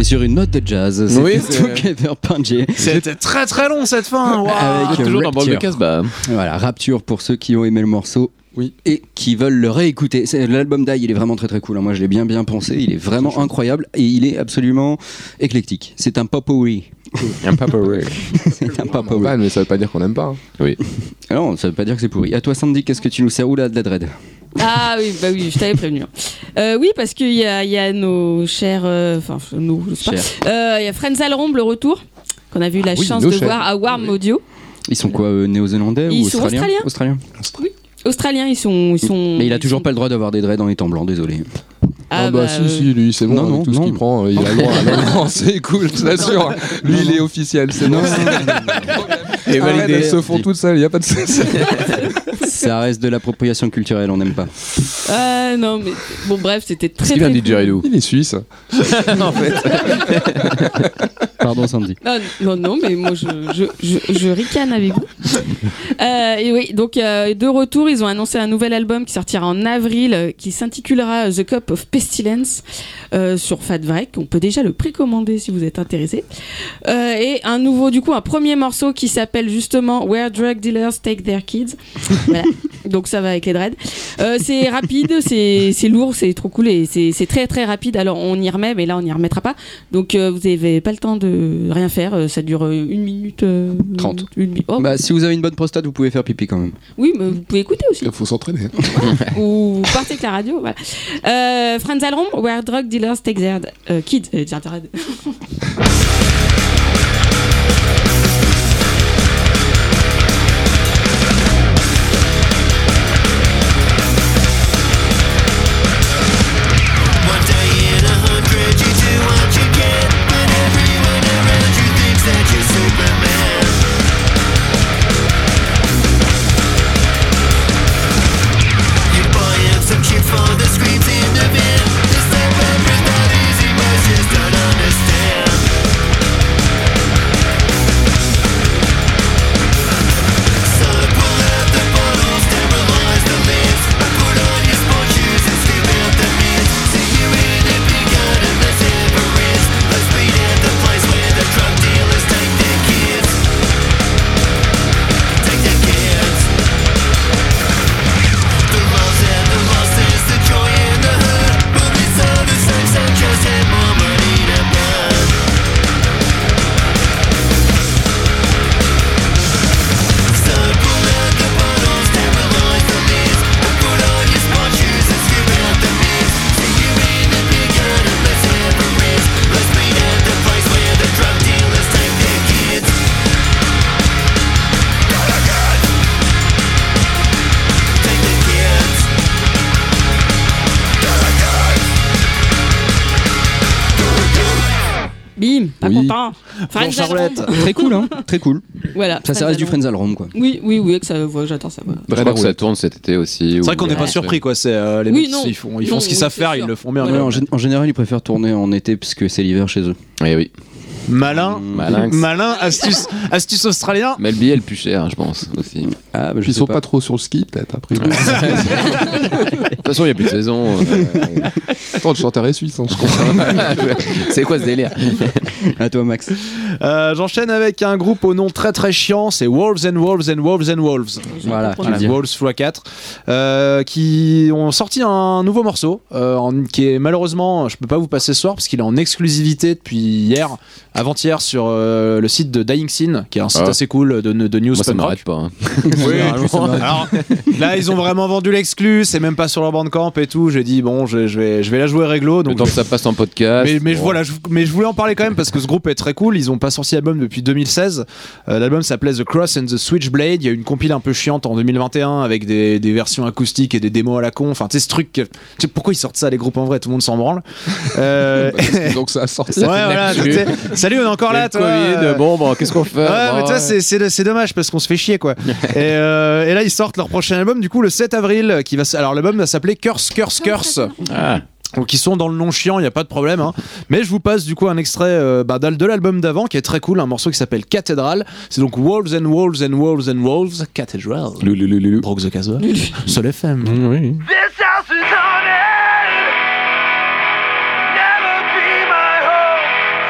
sur une note de jazz. Oui, C'était c'est- Together Punjay. C'était très très long cette fin. Waouh. Avec Toujours dans Branle de Rapture. Casbah. Voilà, Rapture pour ceux qui ont aimé le morceau. Oui. Et qui veulent le réécouter. C'est- L'album Die, il est vraiment très très cool. hein. Moi, je l'ai bien bien pensé. Il est vraiment incroyable et il est absolument éclectique. C'est un potpourri. Un paparazzi. C'est un Pas potpourri. mal, mais ça veut pas dire qu'on aime pas. hein. Ah non, ça veut pas dire que c'est pourri. À toi, Sandy, qu'est-ce que tu nous sers? Oula, de la dread. Ah oui, bah oui, je t'avais prévenu. Euh, oui, parce qu'il y a, il y a nos chers, euh, enfin nous, je sais pas. Cher. Euh, Il y a Frenzal Romb, le retour, qu'on a eu la oui, chance nos de chers. voir à Warm Audio. Ils sont quoi, euh, néo-zélandais Ils ou sont australiens australiens. Australiens. Australiens, ils sont, ils sont. Mais il a ils toujours sont- pas le droit d'avoir des dreads en étant blanc, désolé. Ah, bah, si, euh, si, lui, c'est bon, non, avec non, tout ce non. qu'il prend, euh, il a le droit. Non, non, c'est cool, je t'assure. Lui, il est officiel, c'est bon. Et Arrête, validé. elles se font toutes seules, il y a pas de souci. Ça reste de l'appropriation culturelle, on n'aime pas. Ah non, mais bon, bref, c'était Est-ce très qu'il vient très de Didgeridoo Il est suisse. en fait. Pardon, Sandy. Ah, non, non, mais moi je, je, je, je ricane avec vous. Euh, et oui, donc euh, de retour, ils ont annoncé un nouvel album qui sortira en avril, euh, qui s'intitulera The Cup of Pestilence euh, sur Fat Wreck. On peut déjà le précommander si vous êtes intéressé. Euh, et un nouveau, du coup, un premier morceau qui s'appelle justement Where Drug Dealers Take Their Kids. Voilà. Donc ça va avec les dreads. Euh, c'est rapide, c'est c'est lourd, c'est trop cool et c'est c'est très très rapide. Alors on y remet, mais là on n'y remettra pas. Donc euh, vous n'avez pas le temps de rien faire. Euh, Ça dure euh, une minute euh, trente. Une, mi- oh, Bah, si vous avez une bonne prostate, vous pouvez faire pipi quand même. oui, mais vous pouvez écouter aussi. Il faut s'entraîner. Ou vous partez avec la radio. Voilà. Euh, Frenzal Romb, Where Drug Dealers Take Their euh, Kids. Euh, dire dread. One day in a hundred, you do what you can, but everyone around you thinks that you're Superman. You buy him some chips for the screens in the van. This type of not easy, most just don't understand. So pull out the bottles, sterilize the lids, put on your sport shoes and scoop out the mids. See you in a big gun and let's ever is. Let's meet at the place where the drug dealers take their kids. Take their kids. The loves and the losses, the joy and the hurt. Movies are the same, some just had more money to burn. So pull out the bottles, sterilize the lids, put on your sport shoes and scoop out the mids. See you in the big gun and let's ever is. Let's meet at the place where the drug dealers take their kids. Take their kids. Bim, pas Oui. content. Bon, Frenzal Charlotte. Romb. Très cool, hein. Très cool. Voilà. Ça, ça reste du Frenzal Frenzal Romb, quoi. Romb. Oui, oui, oui, que ça, ouais, j'attends ça. voilà. Je crois que ça tourne cet été aussi. C'est vrai qu'on n'est pas Ouais. surpris quoi. C'est euh, les Oui, mecs, non. ils font, ils font Non, ce qu'ils oui, savent c'est faire, sûr. ils le font bien. Ouais, Ouais, quoi. en, gé- en général, ils préfèrent tourner en été puisque c'est l'hiver chez eux. Eh oui. Malin, Malin. malin, astuce, astuce australien. Mais le billet est le plus cher, hein, je pense aussi. De Ah, bah, je Ils sais sont pas. pas trop sur le ski, peut-être, après. toute façon, il n'y a plus de saison. euh, Attends, le chanteur est suisse, hein, je comprends. C'est quoi ce délire À toi, Max. Euh, J'enchaîne avec un groupe au nom très très chiant, c'est Wolves and Wolves and Wolves and Wolves. Voilà, tu Voilà, le dis. Wolves fois quatre, euh, qui ont sorti un nouveau morceau, euh, en- qui est malheureusement, je peux pas vous passer ce soir parce qu'il est en exclusivité depuis hier, avant-hier sur euh, le site de Dying Scene, qui est un site Ah. assez cool de, de news Moi, ça punk rock. m'arrête pas. hein. Oui, Généralement. alors là ils ont vraiment vendu l'exclus, c'est même pas sur leur bandcamp et tout. J'ai dit bon, je, je vais, je vais la jouer réglo. Le Donc temps que ça passe en podcast. mais, mais je- bon. voilà, je, mais je voulais en parler quand même parce que ce groupe est très cool. Ils ont pas sorti d'album depuis deux mille seize. Euh, L'album s'appelait The Cross and the Switchblade. Il y a eu une compile un peu chiante en deux mille vingt et un avec des, des versions acoustiques et des démos à la con. Enfin, tu sais, ce truc. que- tu sais, pourquoi ils sortent ça, les groupes en vrai? Tout le monde s'en branle. Euh, Donc ça a sorti. ouais, voilà. tu sais, salut, on est encore là, Le toi. Covid, bon, bon, qu'est-ce qu'on fait Ouais, Bon, mais tu vois, ouais. c'est- c'est c'est dommage parce qu'on se fait chier quoi. et, euh, et là, ils sortent leur prochain album, du coup, le sept avril. Qui va, s- alors, l'album va s'appeler Curse, Curse, Curse. Ah. Donc ils sont dans le nom chiant, il n'y a pas de problème. Hein. Mais je vous passe du coup un extrait euh, bah, d'al- de l'album d'avant qui est très cool, un morceau qui s'appelle Cathedral. C'est donc Wolves and Wolves and Wolves and Wolves, Cathedral. Loulou. Broke the Casbah. Seul F M. Oui. This house is haunted. Never be my home.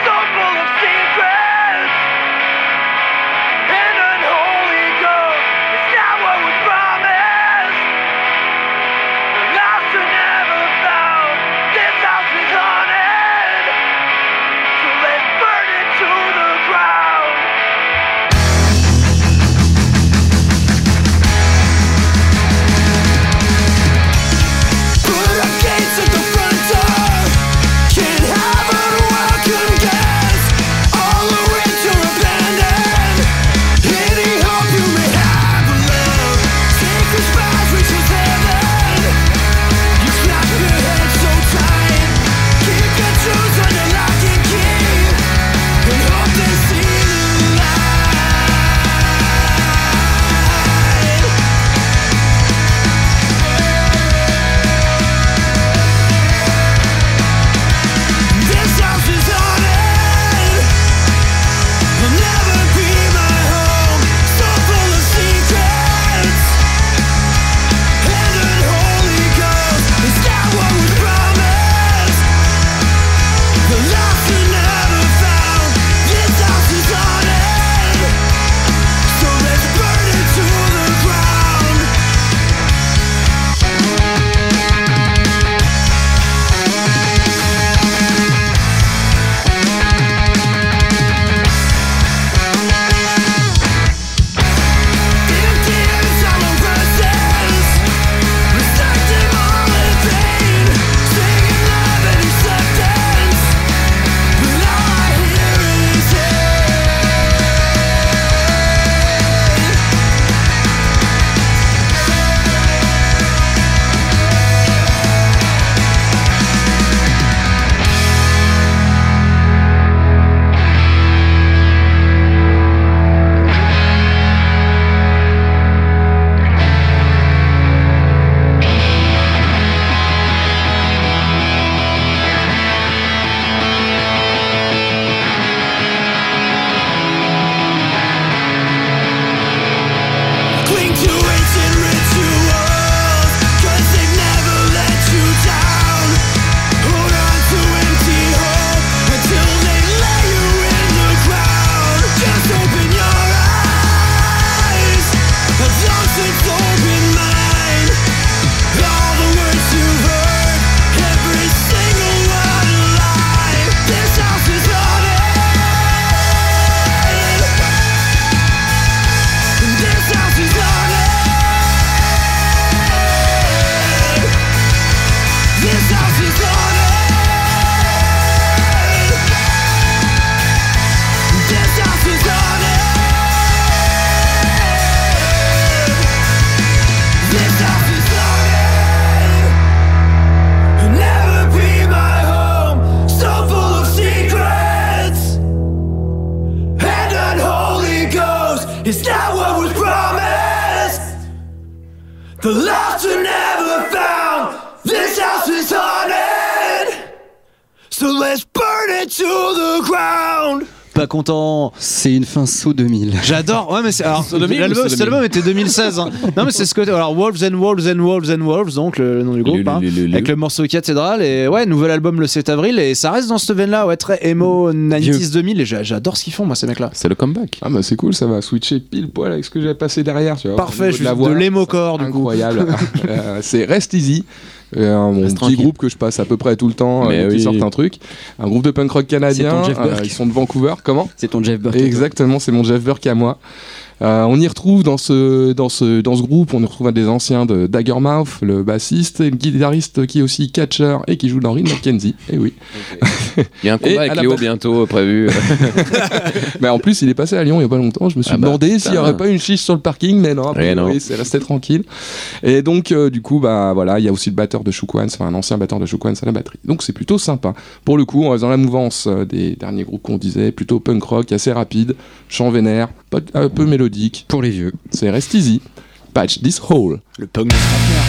The lost are never found. This house is haunted. So let's burn it to the ground. Pas content. C'est une fin saut deux mille. J'adore. Ouais, mais c'est alors deux mille ou l'album, c'est cet deux mille album était deux mille seize. Hein. Non, mais c'est ce côté. Alors Wolves and Wolves and Wolves and Wolves, donc le, le nom du groupe, Le- hein, le- le- le- avec le morceau Cathédrale. Et ouais, nouvel album le sept avril et ça reste dans cette veine-là, ouais, très emo quatre-vingt-dix deux mille. Et j'a- j'adore ce qu'ils font, moi, ces mecs-là. C'est le comeback. Ah bah c'est cool, ça va switcher pile poil avec ce que j'avais passé derrière, tu vois. Au Parfait, niveau je suis la de voix, l'émo-core, c'est du coup. incroyable. Euh, c'est Rest Easy. Euh, mon Reste petit tranquille. groupe que je passe à peu près tout le temps, Mais euh, qui oui. sortent un truc. Un groupe de punk rock canadien. C'est ton Jeff euh, Burke. ils sont de Vancouver. Comment? C'est ton Jeff Burke. Exactement, c'est mon Jeff Burke à moi. Euh, on y retrouve dans ce, dans, ce, dans ce groupe, on y retrouve un des anciens de Daggermouth, le bassiste, et le guitariste qui est aussi catcher et qui joue dans Reed McKenzie. Et oui. Il y a un Et combat à avec la Léo base- bientôt euh, prévu. Mais en plus, il est passé à Lyon il y a pas longtemps. Je me suis Ah bah, demandé s'il n'y putain. aurait pas une chiche sur le parking, mais non, a Eh non. priori, c'est resté tranquille. Et donc, euh, du coup, bah voilà, il y a aussi le batteur de Shook Ones, enfin un ancien batteur de Shook Ones à la batterie. Donc, c'est plutôt sympa. Pour le coup, on reste dans la mouvance euh, des derniers groupes qu'on disait, plutôt punk rock, assez rapide, chant vénère, pas- un peu mélodique. Pour les vieux. C'est Rest Easy. Patch This Hole. Le punk de Strapner.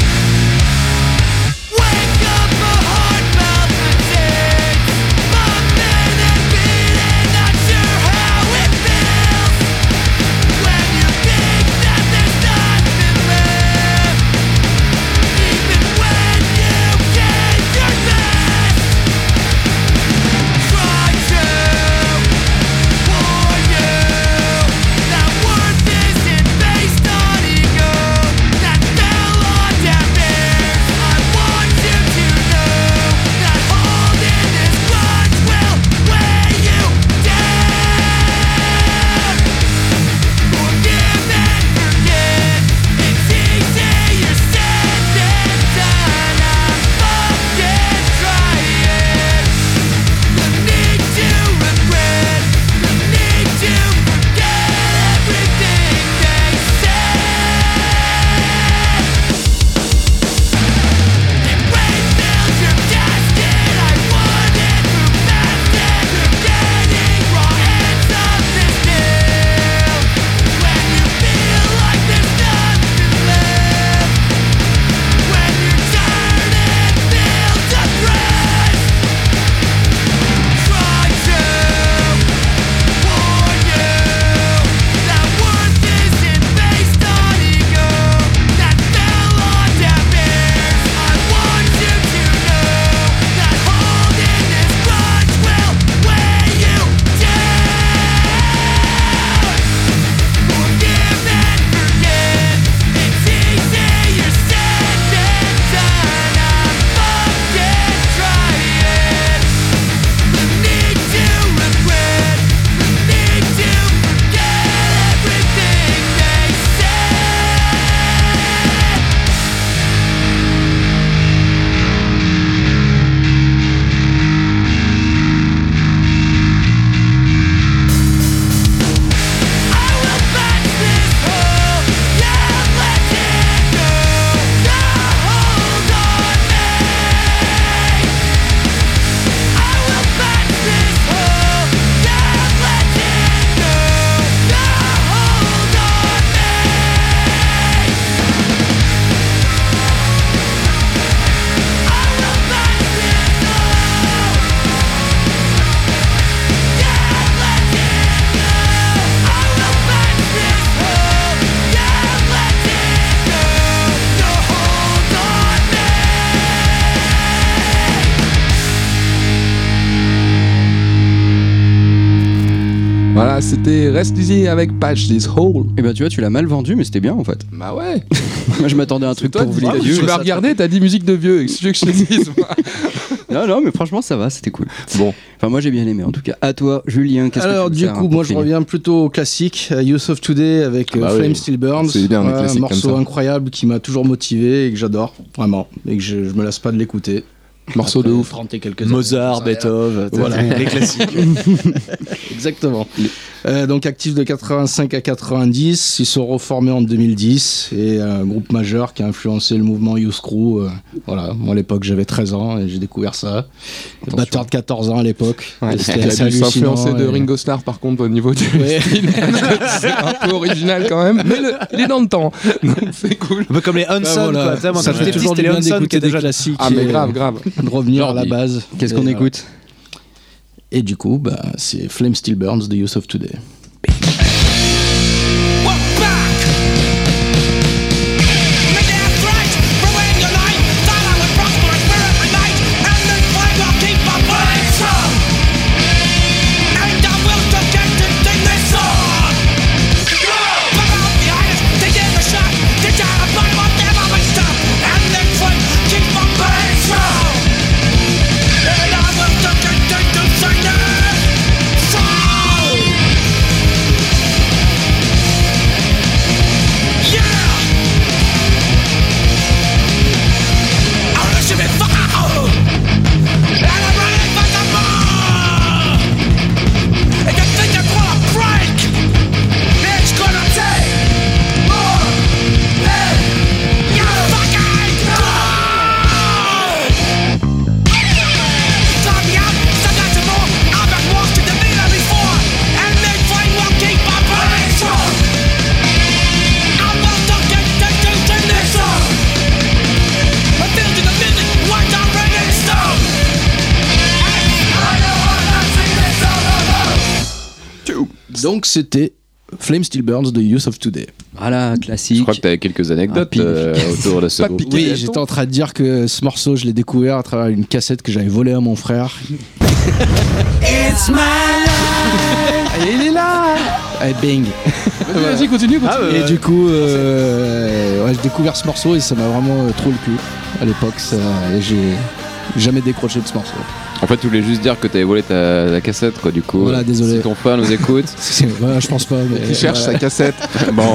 Wake up a heart palpitates, bumping and beating, not sure how it feels. When you think that there's nothing left, even when you gave your best. Try to for you, that worth isn't based on ego, that fell on deaf ears. I want you to know that holding this grudge will weigh you down. Forgive and forget, it's easier said than done. I'm fucking trying. The need to regret, the need to forget everything they said. If rain fills your casket, I wouldn't move past it. You're getting raw ends of this deal. When you feel like there's nothing left, when you're tired and feel depressed, try to warn you that worth isn't based on ego, that fell on deaf ears. I want you to know that holding this grudge will weigh you down. Forgive and forget, it's easier said than done. I'm fucking trying. The need to regret, the need to forget everything they said. I will patch this hole, yeah, let it go. Yeah, hold on me. I will patch this hole, yeah, let it go. Yeah, hold on me. I will patch this hole, yeah, let it go. I will patch this hole, yeah, let it go. So hold on me. Voilà, c'était Rest Easy avec Patch This Hole. Et bah tu vois, tu l'as mal vendu, mais c'était bien en fait. Bah ouais. Moi je m'attendais à un truc Toi, pour tu, vous les vieux. tu m'as regardé, t'as dit musique de vieux. Qu'est-ce que tu veux que je te dise, moi Non, non, mais franchement ça va, c'était cool. Bon. Enfin moi j'ai bien aimé en tout cas. À toi, Julien, qu'est-ce que Alors tu veux du faire, coup, hein, moi pour je finir reviens plutôt au classique, euh, Youth of Today avec euh, Ah bah oui. Flame Still Burns. C'est bien, les Ouais, classiques un comme morceau ça. incroyable qui m'a toujours motivé et que j'adore, vraiment. Et que je, je me lasse pas de l'écouter. Morceau de Après ouf. trente et quelques années, Mozart, j'en sais rien. Beethoven, Voilà. les classiques. Exactement. Euh, donc actifs de quatre-vingt-cinq à quatre-vingt-dix, ils sont reformés en deux mille dix et un groupe majeur qui a influencé le mouvement Youth Crew. Euh, voilà, moi à l'époque j'avais treize ans et j'ai découvert ça. Batteur de quatorze ans à l'époque. Ouais, Et il c'était a assez dû s'influencer hallucinant. de et- Ringo Starr par contre au niveau du Ouais. style. C'est un peu original quand même, mais le- il est dans le temps. Donc c'est cool. Un peu comme les Hanson, Bah, voilà. quoi. Tu sais, moi, Ça quand fait j'étais petit, toujours c'était du les bien Hanson qui d'écouter étaient des déjà. classiques. Ah mais et, grave, euh, grave. De revenir à la Jordi. base. Qu'est-ce Et, qu'on euh, écoute? Et du coup, bah, c'est Flame Still Burns, The Youth of Today. Walk back. Maybe that's right. Ruin your life. Thought I would prosper my spirit at night. And this flame will keep my burning strong. And I will forget to sing this song. Put out the eyes, they give a shot. They try to burn what never will stop. And this flame keep my burning strong. And I will forget to sing this song. Yeah! I wish you been found. And I'm running for some more. And you think you're gonna break? It's gonna take more than you fucking know. Stop me out, stop that some more. I've been worse to defeat her before. And this flame will keep my burning strong. I will not get to in this song. I feel to the music, words are written in stone. I don't wanna sing this song alone. Donc c'était Flame Still Burns, The Youth of Today. Voilà, Je classique. crois que tu avais quelques anecdotes Ah, pile. euh, autour de ce Pas groupe. piqué. Oui, Attends. j'étais en train de dire que ce morceau, je l'ai découvert à travers une cassette que j'avais volée à mon frère. It's my Et il est là. Et bing. Vas-y, vas-y, continue, continue. Et du coup, euh, ouais, j'ai découvert ce morceau et ça m'a vraiment euh, trop le cul à l'époque. Ça, et j'ai jamais décroché de ce morceau. En fait, tu voulais juste dire que t'avais volé ta, ta cassette, quoi, du coup. Voilà, désolé. Si ton fan nous écoute. C'est- voilà, je pense pas. Mais, Il cherche voilà. sa cassette. Bon,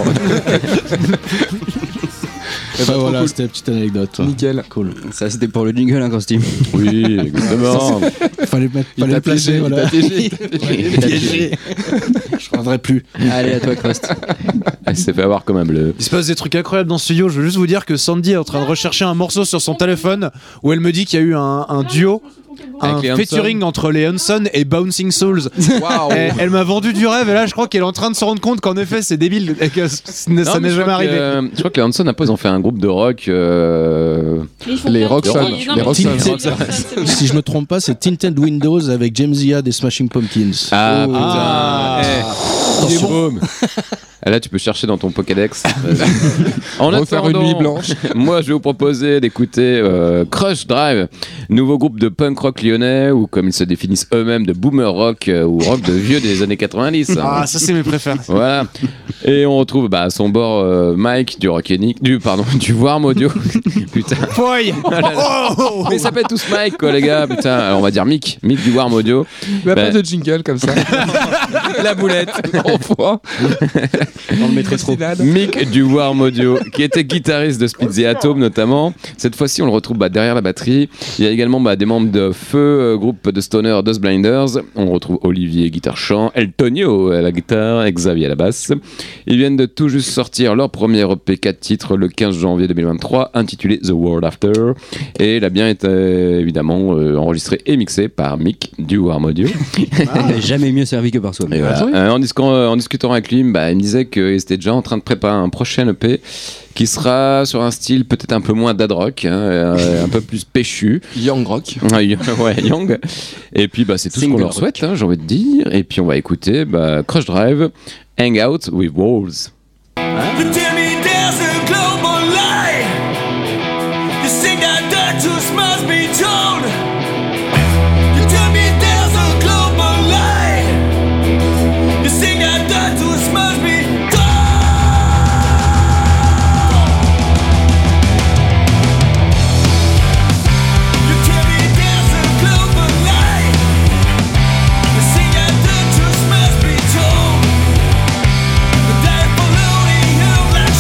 Eh ben, Enfin, trop voilà, cool. c'était une petite anecdote. ouais. Nickel. Cool. Ça, c'était pour le jingle, hein, Krusty. oui, exactement. Fallait, mettre, Il fallait t'a le placer. piégé, il Voilà. t'a piégé, il t'a piégé. Il t'a piégé. Je reviendrai plus. Allez, à toi, Krust. Elle s'est fait avoir comme un bleu. Il se passe des trucs incroyables dans ce studio. Je veux juste vous dire que Sandy est en train de rechercher un morceau sur son téléphone où elle me dit qu'il y a eu un, un duo, Avec un les Hanson. featuring entre les Hanson et Bouncing Souls. Waouh. Et elle m'a vendu du rêve et là je crois qu'elle est en train de se rendre compte qu'en effet c'est débile et que ça Non, n'est mais je jamais crois que, arrivé. euh, je crois que les Hanson, après, ils ont fait un groupe de rock. euh, Mais ils font Les plein de Roxanne, trucs. Non, les mais Roxanne. c'est- Roxanne. c'est vrai. Si je me trompe pas, c'est Tinted Windows avec James Zia des Smashing Pumpkins. Ah, Oh. putain. Ah. Eh, Il est bon. boum. Ah, là, tu peux chercher dans ton Pokédex. Vas-y. En Refaire une attendant, nuit blanche. moi, je vais vous proposer d'écouter euh, Crush Drive, nouveau groupe de punk rock lyonnais, ou comme ils se définissent eux-mêmes, de boomer rock euh, ou rock de vieux des années quatre-vingt-dix. Ah, ça c'est mes préférés. Voilà. Et on retrouve bah, à son bord euh, Mike du Rock Unique, du pardon, du Warm Audio. Putain. Foy. Oh. Mais ça s'appelle tous Mike, quoi, les gars. Putain. Alors on va dire Mick, Mick du Warm Audio. Mais Bah. pas de jingle comme ça. La boulette. Enfoiré. On le mettrait trop. Mick du Warm Audio, qui était guitariste de Split the Atom notamment. Cette fois-ci, on le retrouve bah, derrière la batterie. Il y a également bah, des membres de Feu, euh, groupe de stoner Dust Blinders. On retrouve Olivier, guitare-chant, El Tonio à la guitare et Xavier à la basse. Ils viennent de tout juste sortir leur premier E P quatre titres le quinze janvier deux mille vingt-trois, intitulé The World After. Et il a bien été euh, évidemment euh, enregistré et mixé par Mick du Warm Audio. Jamais mieux servi que par soi. Et voilà. Euh, en, discutant, en discutant avec lui, bah, il me disait qu'il était déjà en train de préparer un prochain E P qui sera sur un style peut-être un peu moins dad rock, hein, euh, un peu plus péchu. Young Rock. Ouais, ouais, young. Et puis bah, c'est tout ce qu'on Single leur rock. souhaite, hein, j'ai envie de dire. Et puis on va écouter bah, Crush Drive, Hang Out with Walls. You tell me there's a global lie. You think that the truth must be told. You tell me there's a global lie. You think that the truth must be told. You tell me there's a global lie. You think that the truth must be told. They're polluting you like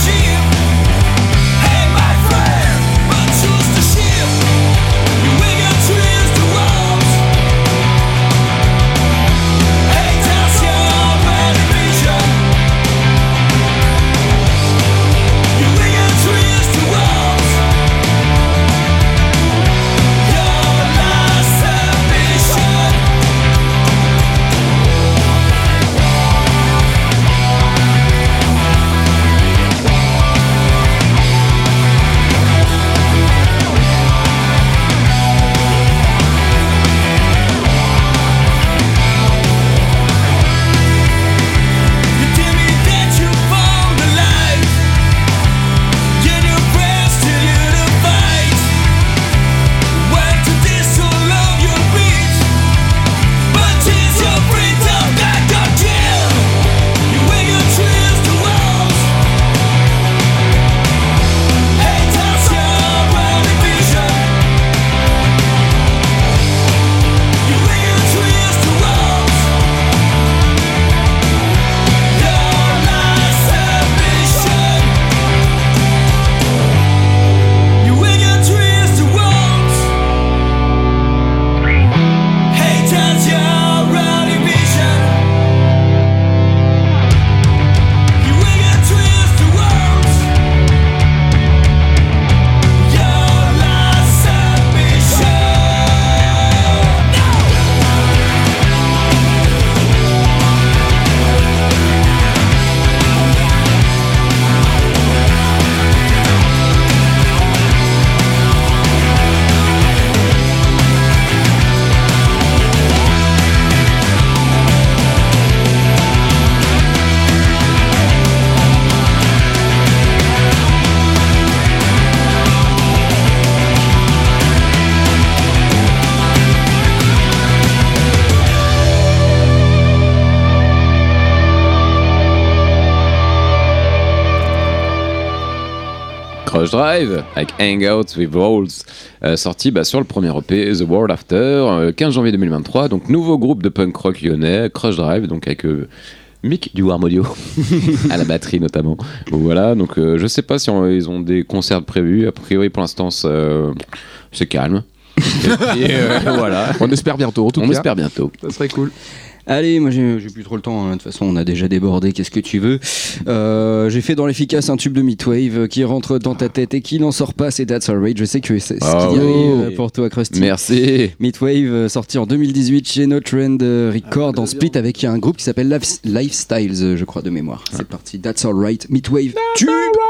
Crush Drive avec Hangout with Walls, euh, sorti bah, sur le premier E P The World After, euh, quinze janvier deux mille vingt-trois. Donc nouveau groupe de punk rock lyonnais, Crush Drive, donc avec euh, Mick du Warm Audio à la batterie notamment. Donc, voilà, donc euh, je sais pas si on- ils ont des concerts prévus. A priori pour l'instant c'est, euh, c'est calme. Et puis, euh, voilà. On espère bientôt, en tout On cas. espère bientôt. Ça serait cool. Allez, moi j'ai j'ai plus trop le temps, hein. De toute façon on a déjà débordé, qu'est-ce que tu veux. Euh, J'ai fait dans l'efficace un tube de Midwave qui rentre dans ta tête et qui n'en sort pas, c'est That's Alright. Je sais que c'est ce Ah qu'il y oui. arrive euh, pour toi, Krusty. Merci. Midwave, euh, sorti en deux mille dix-huit chez No Trend euh, Record en split avec un groupe qui s'appelle Life- Lifestyles, euh, je crois, de mémoire. C'est parti, That's Alright, Midwave, tube.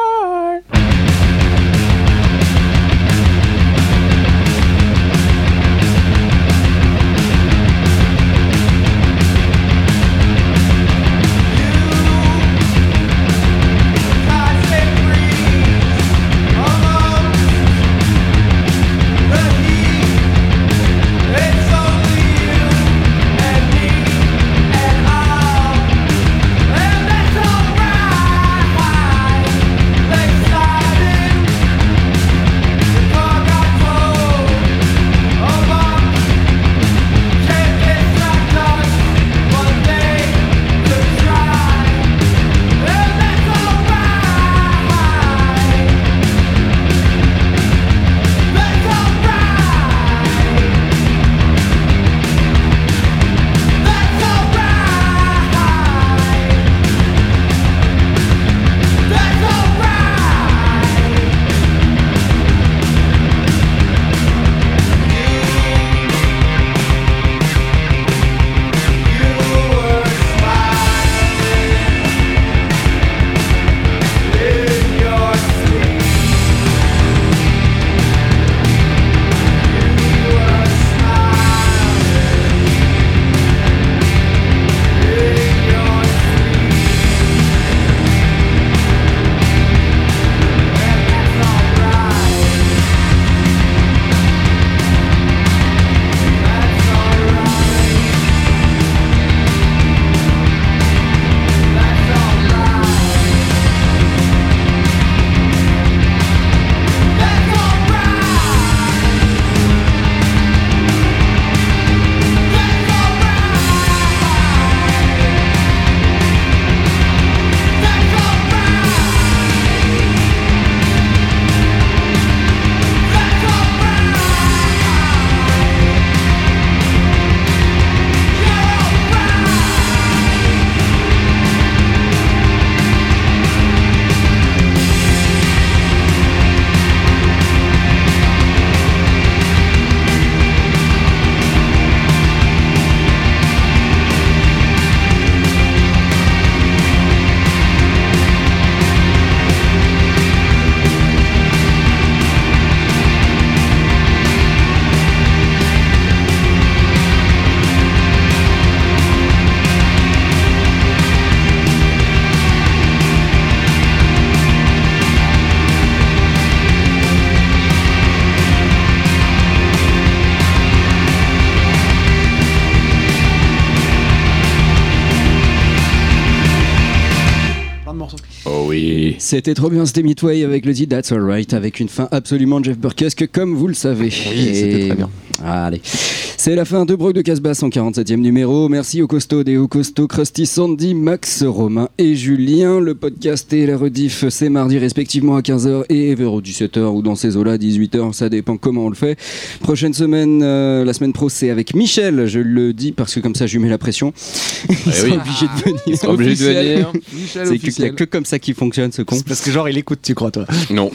Oh oui. C'était trop bien, c'était Midway avec le dit That's Alright, avec une fin absolument Jeff Burkesque, comme vous le savez. Oui, c'était très bien. Allez, c'est la fin de Broc de Casbah, son quarante-septième numéro. Merci aux costauds et aux costauds, Krusty, Sandy, Max, Romain et Julien. Le podcast et la rediff, c'est mardi respectivement à quinze heures et vers dix-sept heures ou dans ces eaux-là, dix-huit heures, ça dépend comment on le fait. Prochaine semaine, euh, la semaine pro, c'est avec Michel, je le dis parce que comme ça, je lui mets la pression. Ils Eh sont oui. obligés de venir. Ils sont obligés de Officiel. venir. Michel C'est qu'il n'y a officiel. que comme ça qui fonctionne ce con. C'est parce que genre il écoute, tu crois toi. Non.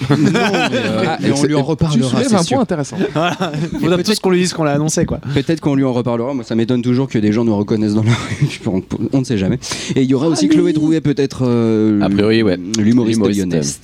Ah, et on lui en Tu reparlera, soulèves c'est un sûr. point intéressant. Faudrait tous qu'on lui dise qu'on l'a annoncé quoi. Peut-être qu'on lui en reparlera. Moi, ça m'étonne toujours que des gens nous reconnaissent dans la rue. Je peux- on, on ne sait jamais. Et il y aura aussi Chloé Drouet, peut-être. euh, A priori, ouais. L'humoriste L'humoriste. lyonnaise.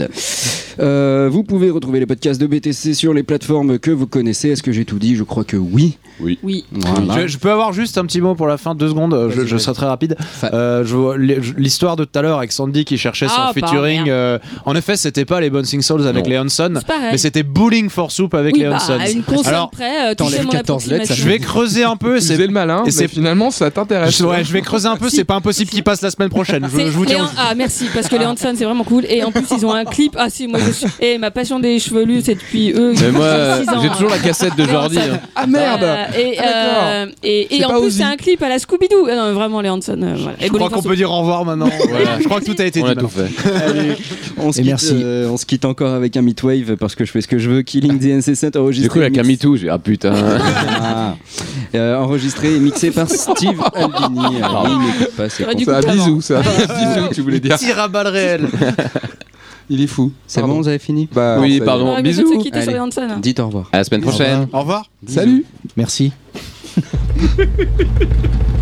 Euh, vous pouvez retrouver les podcasts de B T C sur les plateformes que vous connaissez. Est-ce que j'ai tout dit? Je crois que oui. Oui. Oui. Voilà. Je, je peux avoir juste un petit mot pour la fin, deux secondes, je, Vas-y, je serai très rapide. Fa- Euh, je vois l- l'histoire de tout à l'heure avec Sandy qui cherchait Ah, son featuring. pardon. euh, en effet, c'était pas les Bouncing Souls avec Non. les Hanson, C'est pareil. mais c'était Bowling for Soup avec Oui, les bah, Hanson. à une console Alors, près, euh, t'enlèves chercher mon quatorze lettres, ça approximation. Je vais creuser un peu. Tu C'est faisais le malin, et mais c'est- finalement ça t'intéresse. Ouais, je vais creuser un peu. C'est pas impossible qu'il passe la semaine prochaine. Je, C'est je vous les tiens. Han- Ah merci parce que les Hanson c'est vraiment cool et en plus ils ont un clip. Ah si moi je suis et ma passion des chevelus c'est depuis eux. Mais moi, six ans, j'ai hein. toujours la cassette de Les Jordi. Hanson. hein. Ah merde. Euh, et, Ah, d'accord. euh, et, C'est et en pas plus Ozzy. c'est un clip à la Scooby-Doo. Euh, non, vraiment les Hanson. euh, voilà. Je Et crois Bolin qu'on Force- peut dire au revoir maintenant. Voilà. Je crois que tout a été On dit. a tout maintenant. fait. Allez, on se Et quitte, merci. euh, on se quitte encore avec un Midwave parce que je fais ce que je veux. Killing the N C sept enregistré. J'ai cru avec un mix- MeToo. J'ai ah putain. Ah. Euh, enregistré et mixé par Steve Albini. Alors, il n'écoute pas, c'est J'aurais con. dû C'est un couper bisou, avant. c'est un bisou que tu voulais dire. Tir à balles réelles. Il est fou. C'est Pardon. bon, vous avez fini Bah, Oui, ça y est. pardon. Ouais, mais Bisous. je vais te quitter sur Allez. les Hanson. Dites au revoir. À la semaine prochaine. Au revoir. Salut. Merci.